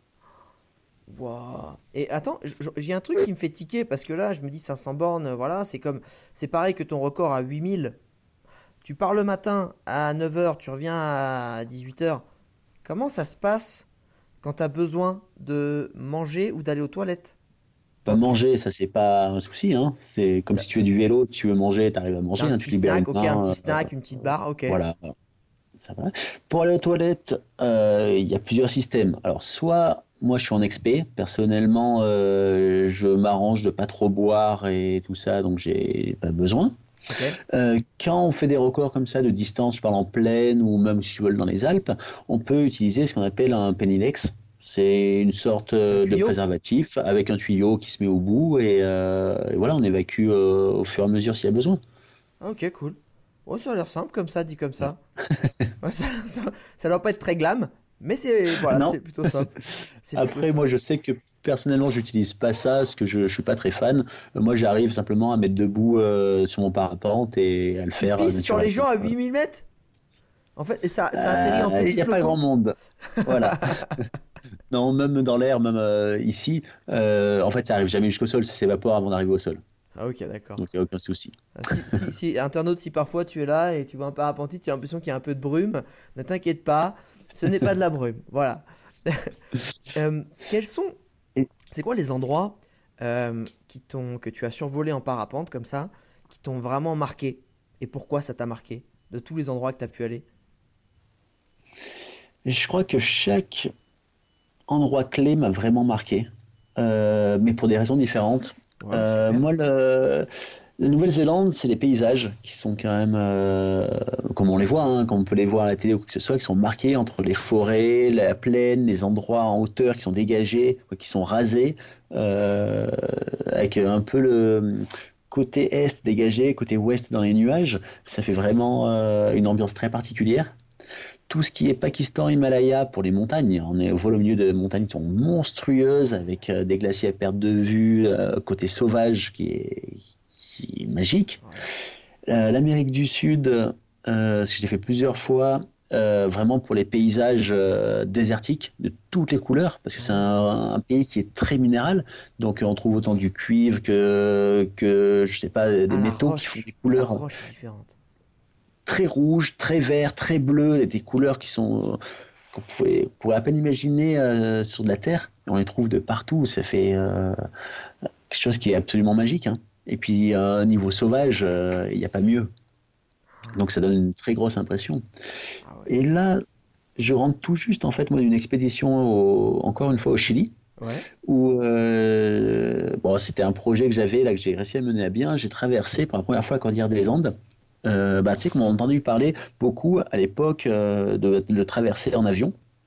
Waouh. Et attends, j- j- j'ai un truc qui me fait tiquer parce que là, je me dis cinq cents bornes, euh, voilà, c'est comme, c'est pareil que ton record à huit mille. Tu pars le matin à neuf heures, tu reviens à dix-huit heures. Comment ça se passe quand tu as besoin de manger ou d'aller aux toilettes? Pas Genre, tu, manger, ça c'est pas un souci, hein. C'est comme t'as, si tu fais du vélo, tu veux manger, tu arrives à t'as manger, un hein, tu petit libères une snack, ok, un main, petit euh, snack, une petite barre, ok. voilà, ça va. Pour aller aux toilettes, euh, il y a plusieurs systèmes. Alors soit moi je suis en expé, personnellement euh, je m'arrange de pas trop boire et tout ça, donc j'ai pas besoin. Ok. Euh, quand on fait des records comme ça de distance, je parle en plaine ou même si tu voles dans les Alpes, on peut utiliser ce qu'on appelle un pennilex. C'est une sorte C'est un euh, de tuyau? préservatif avec un tuyau qui se met au bout et, euh, et voilà, on évacue euh, au fur et à mesure s'il y a besoin. Ok, cool. Oh, ça a l'air simple comme ça, dit comme ça. Ouais, ça, ça, ça doit pas être très glam, mais c'est voilà, Non. c'est plutôt simple. C'est plutôt Après, moi, simple. je sais que personnellement, j'utilise pas ça parce que je, je suis pas très fan. Euh, moi, j'arrive simplement à mettre debout euh, sur mon parapente et à le Tu faire euh, pisses sur les gens naturellement. à huit mille mètres? En fait, et ça, ça atterrit en Euh, Il petits n'y a pas grand flocons? monde. Voilà. Non, même dans l'air, même euh, ici, euh, en fait, ça arrive jamais jusqu'au sol, ça s'évapore avant d'arriver au sol. Ah ok, d'accord. Donc, il n'y a aucun souci. Ah, Si, si, si, internaute, si parfois tu es là et tu vois un parapentiste, tu as l'impression qu'il y a un peu de brume, ne t'inquiète pas, ce n'est pas de la brume. Voilà. Euh, quels sont, Et c'est quoi les endroits euh, qui t'ont, que tu as survolé en parapente comme ça, qui t'ont vraiment marqué? Et pourquoi ça t'a marqué? De tous les endroits que tu as pu aller? et je crois que chaque endroit clé m'a vraiment marqué, euh, mais pour des raisons différentes. Ouais, Euh, super. moi, le, la Nouvelle-Zélande, c'est les paysages qui sont quand même, euh, comme on les voit, hein, comme on peut les voir à la télé ou quoi que ce soit, qui sont marqués entre les forêts, la plaine, les endroits en hauteur qui sont dégagés, qui sont rasés, euh, avec un peu le côté est dégagé, côté ouest dans les nuages. Ça fait vraiment euh, une ambiance très particulière. Tout ce qui est Pakistan, Himalaya pour les montagnes, on est au vol au milieu de montagnes qui sont monstrueuses avec euh, des glaciers à perte de vue, euh, côté sauvage qui est, qui est magique. Ouais. Euh, L'Amérique du Sud, euh, ce que j'ai fait plusieurs fois, euh, vraiment pour les paysages euh, désertiques de toutes les couleurs, parce que c'est Ah, un, un pays qui est très minéral, donc on trouve autant du cuivre que, que je sais pas, des ah, la métaux qui font des roche. Ah, la couleurs roche est différente. très rouges, très verts, très bleus, et des couleurs qui sont qu'on pouvait, pourrait à peine imaginer euh, sur de la Terre. On les trouve de partout, ça fait euh, quelque chose qui est absolument magique, hein. Et puis, euh, niveau sauvage, euh, il n'y a pas mieux. Donc, ça donne une très grosse impression. Ah ouais. Et là, je rentre tout juste, en fait, moi, d'une expédition, au- encore une fois, au Chili, Ouais. où euh, bon, c'était un projet que j'avais, là, que j'ai réussi à mener à bien. J'ai traversé pour la première fois la cordillère des Andes. Euh, bah, tu sais qu'on a entendu parler beaucoup à l'époque euh, de, de le traverser en avion.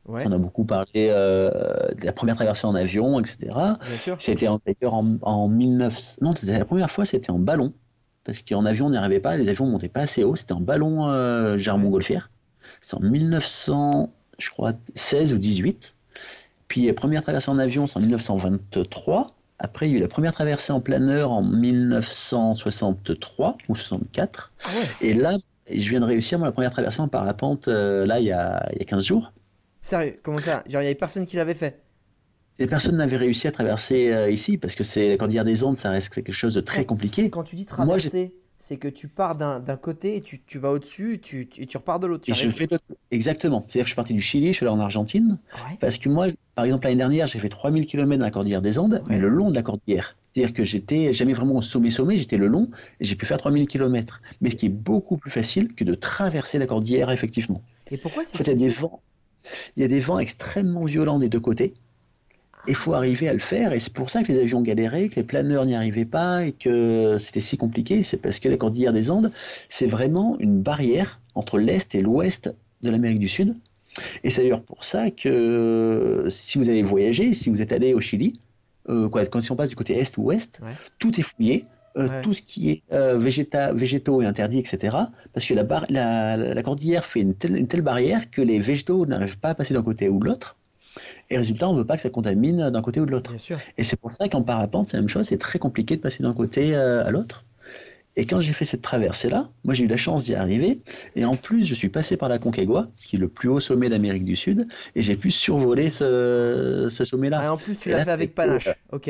Ouais, On a beaucoup parlé euh, de la première traversée en avion, et cetera. bien sûr. C'était en- d'ailleurs en, en mille neuf cents. Non, c'était la première fois, c'était en ballon. Parce qu'en avion, on n'y arrivait pas. Les avions ne montaient pas assez haut. C'était en ballon euh, Ouais. Gérard-Montgolfière. C'est en mille neuf cents, je crois, seize ou dix-huit. Puis la première traversée en avion, c'est en mille neuf cent vingt-trois. Après, il y a eu la première traversée en planeur en mille neuf cent soixante-trois ou soixante-quatre. Ah ouais. Et là, je viens de réussir moi, la première traversée en parapente, euh, là, il y a, il y a quinze jours. Sérieux, comment ça? Genre, il y avait personne qui l'avait fait. Et personne n'avait réussi à traverser euh, ici, parce que c'est la cordillère des Andes, ça reste quelque chose de très Quand, compliqué. quand tu dis Moi, j'ai traverser, c'est que tu pars d'un d'un côté et tu, tu vas au-dessus et tu, tu- et tu repars de l'autre. Tu et je arrives. fais le- exactement. C'est-à-dire que je suis parti du Chili, je suis allé en Argentine, Ouais, parce que moi, par exemple, l'année dernière, j'ai fait trois mille kilomètres dans la cordillère des Andes, mais ouais. le long de la cordillère. C'est-à-dire que j'étais jamais vraiment au sommet sommet, j'étais le long, et j'ai pu faire trois mille kilomètres. Mais ce Et, qui est beaucoup plus facile que de traverser la cordillère, effectivement. et pourquoi c'est En fait, il y a si des dur? vents, il y a des vents extrêmement violents des deux côtés. Il faut arriver à le faire, et c'est pour ça que les avions galéraient, que les planeurs n'y arrivaient pas, et que c'était si compliqué. C'est parce que la cordillère des Andes, c'est vraiment une barrière entre l'Est et l'Ouest de l'Amérique du Sud. Et c'est d'ailleurs pour ça que si vous avez voyagé, si vous êtes allé au Chili, euh, quoi, quand on passe du côté Est ou Ouest, Ouais, tout est fouillé. Euh, ouais, tout ce qui est euh, végéta- végétaux est interdit, et cetera. Parce que la, bar- la, la cordillère fait une telle, une telle barrière que les végétaux n'arrivent pas à passer d'un côté ou de l'autre. Et résultat, on ne veut pas que ça contamine d'un côté ou de bien l'autre. sûr. Et c'est pour ça qu'en parapente, c'est la même chose, c'est très compliqué de passer d'un côté euh, à l'autre. Et quand j'ai fait cette traversée-là, moi j'ai eu la chance d'y arriver. Et en plus, je suis passé par la Concagua, qui est le plus haut sommet d'Amérique du Sud, et j'ai pu survoler ce, ce Ah, et sommet-là. en plus, tu Et l'as là, fait avec c'était, euh, panache. Ok.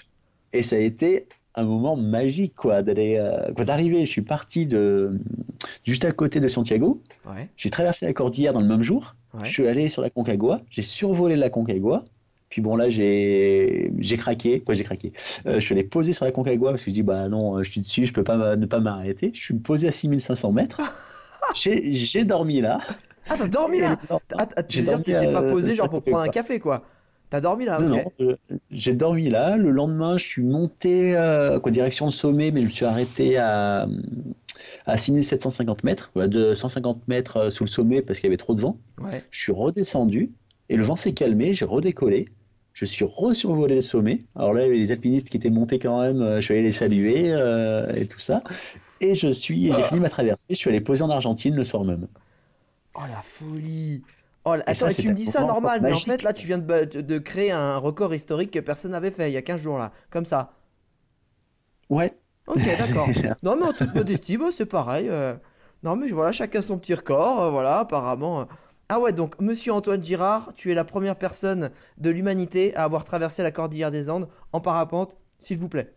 et ça a été un moment magique, quoi, d'aller, euh, quoi, d'arriver. Je suis parti de juste à côté de Santiago. Ouais, J'ai traversé la cordillère dans le même jour. Je ouais. suis allé sur la Concagua. J'ai survolé la Concagua. Puis bon, là, j'ai j'ai craqué. Quoi, j'ai craqué. Euh, je suis allé poser sur la Concagua parce que je dis, bah non, euh, je suis dessus, je peux pas m'a- ne pas m'arrêter. Je suis posé à six mille cinq cents mètres. J'ai j'ai dormi là. Ah, t'as dormi Et le là? Ah, lendemain, t- ah, tu j'ai veux dire, dormi t'étais pas euh, posé sur genre la pour prendre un Concagua. café, quoi. T'as dormi là, Non, ok. non, je- j'ai dormi là. Le lendemain, je suis monté euh, quoi, direction le sommet, mais je me suis arrêté à, à six mille sept cent cinquante mètres, quoi, de cent cinquante mètres euh, sous le sommet parce qu'il y avait trop de vent. Ouais. Je suis redescendu et le vent s'est calmé, j'ai redécollé. Je suis resurvolé le sommet. Alors là, il y avait les alpinistes qui étaient montés quand même, euh, je suis allé les saluer euh, et tout ça. Et je suis, j'ai fini ma traversée, je suis allé poser en Argentine le soir même. Oh la folie. Oh, là- Et attends, ça, et tu c'était me un dis ça moment encore normal, mais en fait magique. là tu viens de, ba- de créer un record historique que personne n'avait fait il y a quinze jours là, comme ça. Ouais. Ok, d'accord. Non mais en toute modestie, bah, c'est pareil. euh. Non mais voilà, chacun son petit record, euh, voilà, apparemment. euh. Ah ouais, donc Monsieur Antoine Girard, tu es la première personne de l'humanité à avoir traversé la cordillère des Andes en parapente, s'il vous plaît.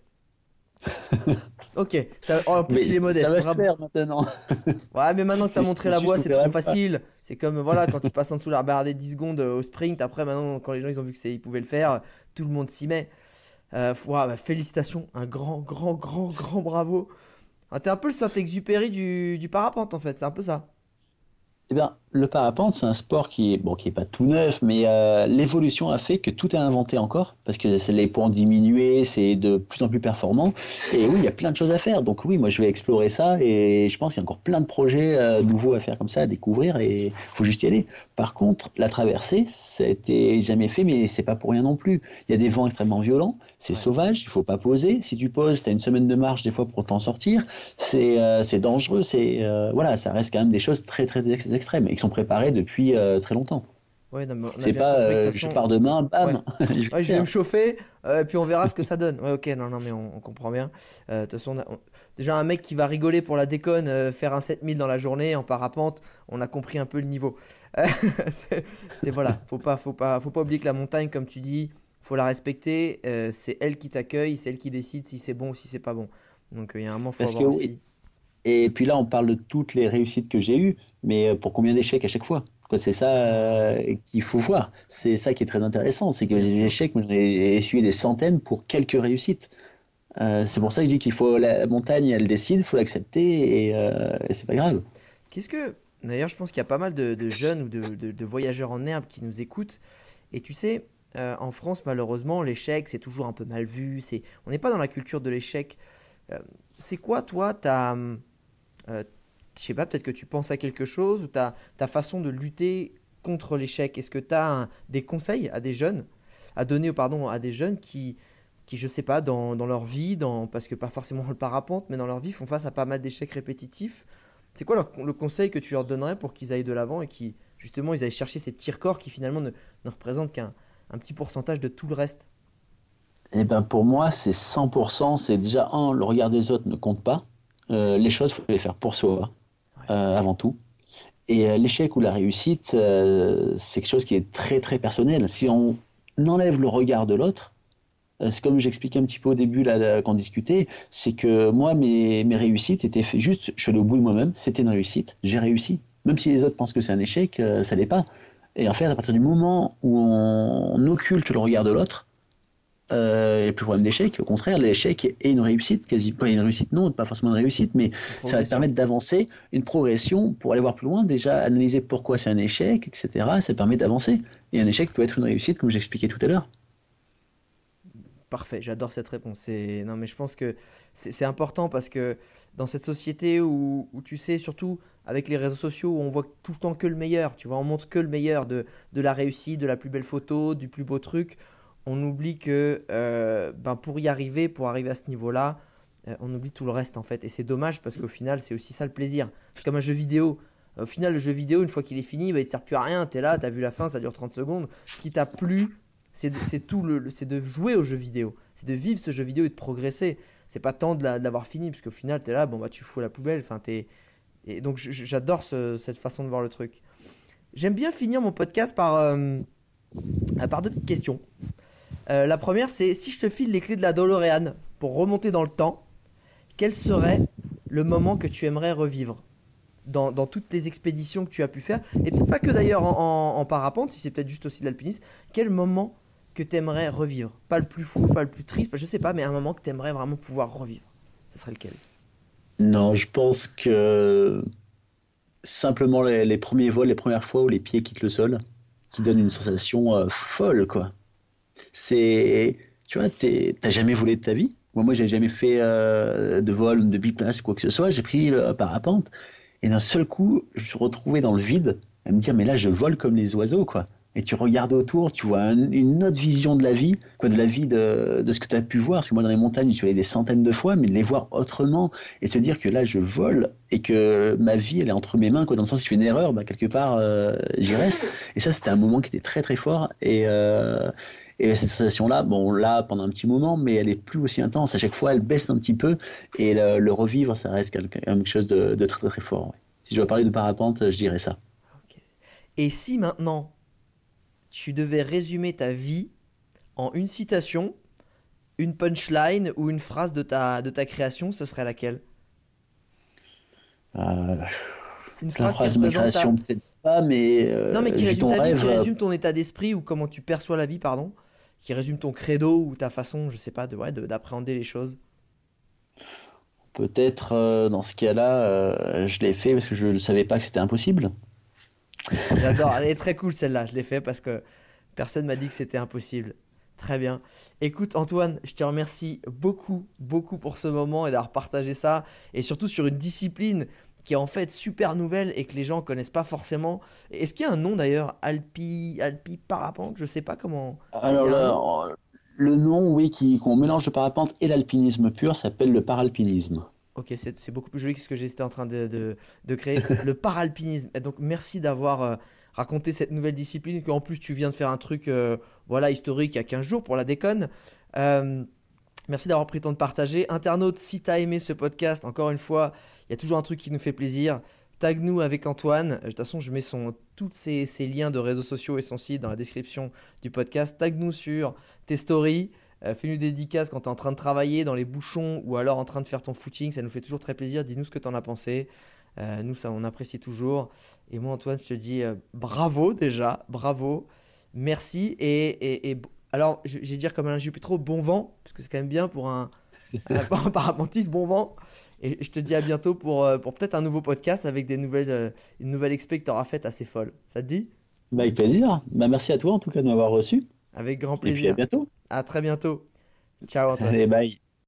Ok, ça- oh, en plus il est Mais ça modeste, va se vraiment. faire maintenant. Ouais, mais maintenant que t'as C'est montré c'est la juste voie, qu'on c'est trop verra pas. facile. C'est comme, voilà, quand tu passes en dessous de la barre des dix secondes euh, au sprint, après, maintenant, quand les gens ils ont vu que c'est, ils pouvaient le faire, tout le monde s'y met. Euh, f- ouah, bah, félicitations, un grand, grand, grand, grand bravo. Ah, t'es un peu le Saint-Exupéry du, du parapente, en fait, c'est un peu ça. Eh bien, le parapente, c'est un sport qui est, bon, qui est pas tout neuf, mais euh, l'évolution a fait que tout est inventé encore, parce que c'est- les poids ont diminué, c'est de plus en plus performant. Et oui, il y a plein de choses à faire. Donc oui, moi, je vais explorer ça, et je pense qu'il y a encore plein de projets euh, nouveaux à faire comme ça, à découvrir, et il faut juste y aller. Par contre, la traversée, ça a été jamais fait, mais c'est pas pour rien non plus. Il y a des vents extrêmement violents, c'est Ouais. sauvage, il faut pas poser. Si tu poses, tu as une semaine de marche des fois pour t'en sortir. C'est euh, c'est dangereux, c'est euh, voilà, ça reste quand même des choses très très ex- extrêmes et qui sont préparées depuis euh, très longtemps. Ouais, non, mais on a C'est bien pas compris que de euh, toute je façon. pars demain, Ouais. bam, je vais Ouais, le je vais me faire. chauffer, euh, et puis on verra ce que ça donne. Ouais, ok, non, non, mais on, on comprend bien. Euh, De toute façon, on a- on- déjà un mec qui va rigoler pour la déconne, euh, faire un sept mille dans la journée en parapente, on a compris un peu le niveau. Euh, c'est c'est- voilà, faut pas, faut pas, faut pas oublier que la montagne, comme tu dis, faut la respecter. Euh, c'est elle qui t'accueille, c'est elle qui décide si c'est bon ou si c'est pas bon. Donc euh, il y a un moment, faut Parce que avoir oui, aussi. et puis là on parle de toutes les réussites que j'ai eues, mais euh, pour combien d'échecs à chaque fois? Quoi, c'est ça euh, qu'il faut voir. C'est ça qui est très intéressant, c'est que Bien les sûr. échecs, moi j'en ai essuyé des centaines pour quelques réussites. Euh, c'est pour ça que je dis qu'il faut la montagne, elle décide, il faut l'accepter et, euh, et c'est pas grave. Qu'est-ce que. D'ailleurs, je pense qu'il y a pas mal de, de jeunes ou de, de- de voyageurs en herbe qui nous écoutent. Et tu sais, euh, en France, malheureusement, l'échec, c'est toujours un peu mal vu. C'est... On n'est pas dans la culture de l'échec. Euh, c'est quoi, toi, ta. Euh, je sais pas, peut-être que tu penses à quelque chose ou ta, ta façon de lutter contre l'échec? Est-ce que tu as des conseils à des jeunes, à donner pardon, à des jeunes qui, qui je sais pas, dans, dans leur vie, dans, parce que pas forcément le parapente, mais dans leur vie, font face à pas mal d'échecs répétitifs? C'est quoi leur- le conseil que tu leur donnerais pour qu'ils aillent de l'avant et qui, justement, ils aillent chercher ces petits records qui finalement ne, ne représentent qu'un un petit pourcentage de tout le reste? Eh ben pour moi, c'est cent pour cent. C'est déjà, un, le regard des autres ne compte pas. Euh, les choses, il faut les faire pour soi, Ouais. euh, avant tout. Et euh, l'échec ou la réussite, euh, c'est quelque chose qui est très très personnel. Si on enlève le regard de l'autre, euh, c'est comme j'expliquais un petit peu au début là, là, quand on discutait, c'est que moi, mes, mes réussites étaient fait juste, je suis allé au bout de moi-même, c'était une réussite, j'ai réussi. Même si les autres pensent que c'est un échec, euh, ça l'est pas. Et en fait, à partir du moment où on, on occulte le regard de l'autre, euh, il n'y a plus de problème d'échec. Au contraire, l'échec est une réussite, quasi pas une réussite, non, pas forcément une réussite, mais Une ça va te progression. permettre d'avancer, une progression pour aller voir plus loin, déjà analyser pourquoi c'est un échec, et cetera. Ça permet d'avancer. Et un échec peut être une réussite, comme j'expliquais tout à l'heure. Parfait, j'adore cette réponse. C'est... Non, mais je pense que c'est c'est important parce que dans cette société où, où tu sais, surtout avec les réseaux sociaux, où on voit tout le temps que le meilleur, tu vois, on montre que le meilleur de, de la réussite, de la plus belle photo, du plus beau truc. On oublie que euh, ben pour y arriver, pour arriver à ce niveau-là, euh, on oublie tout le reste en fait. Et c'est dommage parce qu'au final, c'est aussi ça le plaisir. C'est comme un jeu vidéo. Au final, le jeu vidéo, une fois qu'il est fini, bah, il ne te sert plus à rien. Tu es là, tu as vu la fin, ça dure trente secondes. Ce qui t'a plu, c'est de, c'est tout le, le- c'est de jouer au jeu vidéo. C'est de vivre ce jeu vidéo et de progresser. C'est pas tant de la- de l'avoir fini, parce qu'au final, tu es là, bon, bah, tu fous à la poubelle. Enfin, t'es... Et donc, je- je- j'adore ce- cette façon de voir le truc. J'aime bien finir mon podcast par, euh, par deux petites questions. Euh, la première, c'est si je te file les clés de la DeLorean pour remonter dans le temps, quel serait le moment que tu aimerais revivre dans, dans toutes les expéditions que tu as pu faire? Et peut-être pas que d'ailleurs en, en- en parapente, si c'est peut-être juste aussi de l'alpinisme. Quel moment que tu aimerais revivre? Pas le plus fou, pas le plus triste, je sais pas, mais un moment que tu aimerais vraiment pouvoir revivre. Ce serait lequel? Non, je pense que simplement les, les premiers vols, les premières fois où les pieds quittent le sol, qui donnent une sensation euh, folle, quoi. C'est, tu vois, t'es- t'as jamais volé de ta vie. Moi, moi, j'ai jamais fait euh, de vol, de biplace, quoi que ce soit. J'ai pris le parapente et d'un seul coup, je me suis retrouvé dans le vide à me dire, mais là, je vole comme les oiseaux, quoi. Et tu regardes autour, tu vois un- une autre vision de la vie, quoi, de la vie de, de ce que tu as pu voir. Parce que moi, dans les montagnes, je suis allé des centaines de fois, mais de les voir autrement et de se dire que là, je vole et que ma vie, elle est entre mes mains, quoi. Dans le sens, si je fais une erreur, bah, quelque part, euh, j'y reste. Et ça, c'était un moment qui était très, très fort. Et, euh, et cette sensation-là, bon, là, pendant un petit moment, mais elle est plus aussi intense. À chaque fois, elle baisse un petit peu. Et le, le revivre, ça reste quelque, quelque chose de, de très, très, très fort. Ouais. Si je dois parler de parapente, je dirais ça. Ok. Et si maintenant tu devais résumer ta vie en une citation, une punchline ou une phrase de ta, de ta création, ce serait laquelle? Euh, Une la phrase qui phrase de ma représente ta... création, peut-être pas, mais Non, mais euh, qui vu résume ton ta vie, qui rêve, résume ton état d'esprit ou comment tu perçois la vie, pardon. Qui résume ton credo ou ta façon, je sais pas, de, ouais, de- d'appréhender les choses. peut-être euh, dans ce cas-là, euh, je l'ai fait parce que je ne savais pas que c'était impossible. J'adore, elle est très cool celle-là, je l'ai fait parce que personne m'a dit que c'était impossible. Très bien. Écoute Antoine, je te remercie beaucoup, beaucoup pour ce moment et d'avoir partagé ça. Et surtout sur une discipline qui est en fait super nouvelle et que les gens connaissent pas forcément. Est-ce qu'il y a un nom d'ailleurs? Alpi, Alpi Parapente? Je sais pas comment. Il Alors y a un nom? le, le nom, oui, qui, qu'on mélange le parapente et l'alpinisme pur, s'appelle le paralpinisme. Ok, c'est c'est beaucoup plus joli que ce que j'étais en train de, de- de créer. Le paralpinisme. Et donc, merci d'avoir euh, raconté cette nouvelle discipline. Qu'en plus, tu viens de faire un truc euh, voilà, historique il y a quinze jours pour la déconne. Euh, merci d'avoir pris le temps de partager. Internaute, si tu as aimé ce podcast, encore une fois, il y a toujours un truc qui nous fait plaisir. Tag nous avec Antoine. De toute façon, je mets son, tous ces, ces liens de réseaux sociaux et son site dans la description du podcast. Tag nous sur tes stories. Euh, fais-nous des dédicaces quand tu es en train de travailler dans les bouchons ou alors en train de faire ton footing. Ça nous fait toujours très plaisir. Dis-nous ce que tu en as pensé. Euh, nous, ça, on apprécie toujours. Et moi, Antoine, je te dis euh, bravo déjà. Bravo. Merci. Et, et, et alors, je, je vais dire comme Alain Juppé, bon vent, parce que c'est quand même bien pour un, un, pour un parapentiste, bon vent. Et je te dis à bientôt pour, euh, pour peut-être un nouveau podcast avec des nouvelles, euh, une nouvelle expé que tu auras faite assez folle. Ça te dit? Bah, avec plaisir. Bah, merci à toi en tout cas de m'avoir reçu. Avec grand Et puis à plaisir. bientôt. À très bientôt. Ciao Antoine. Allez, bye.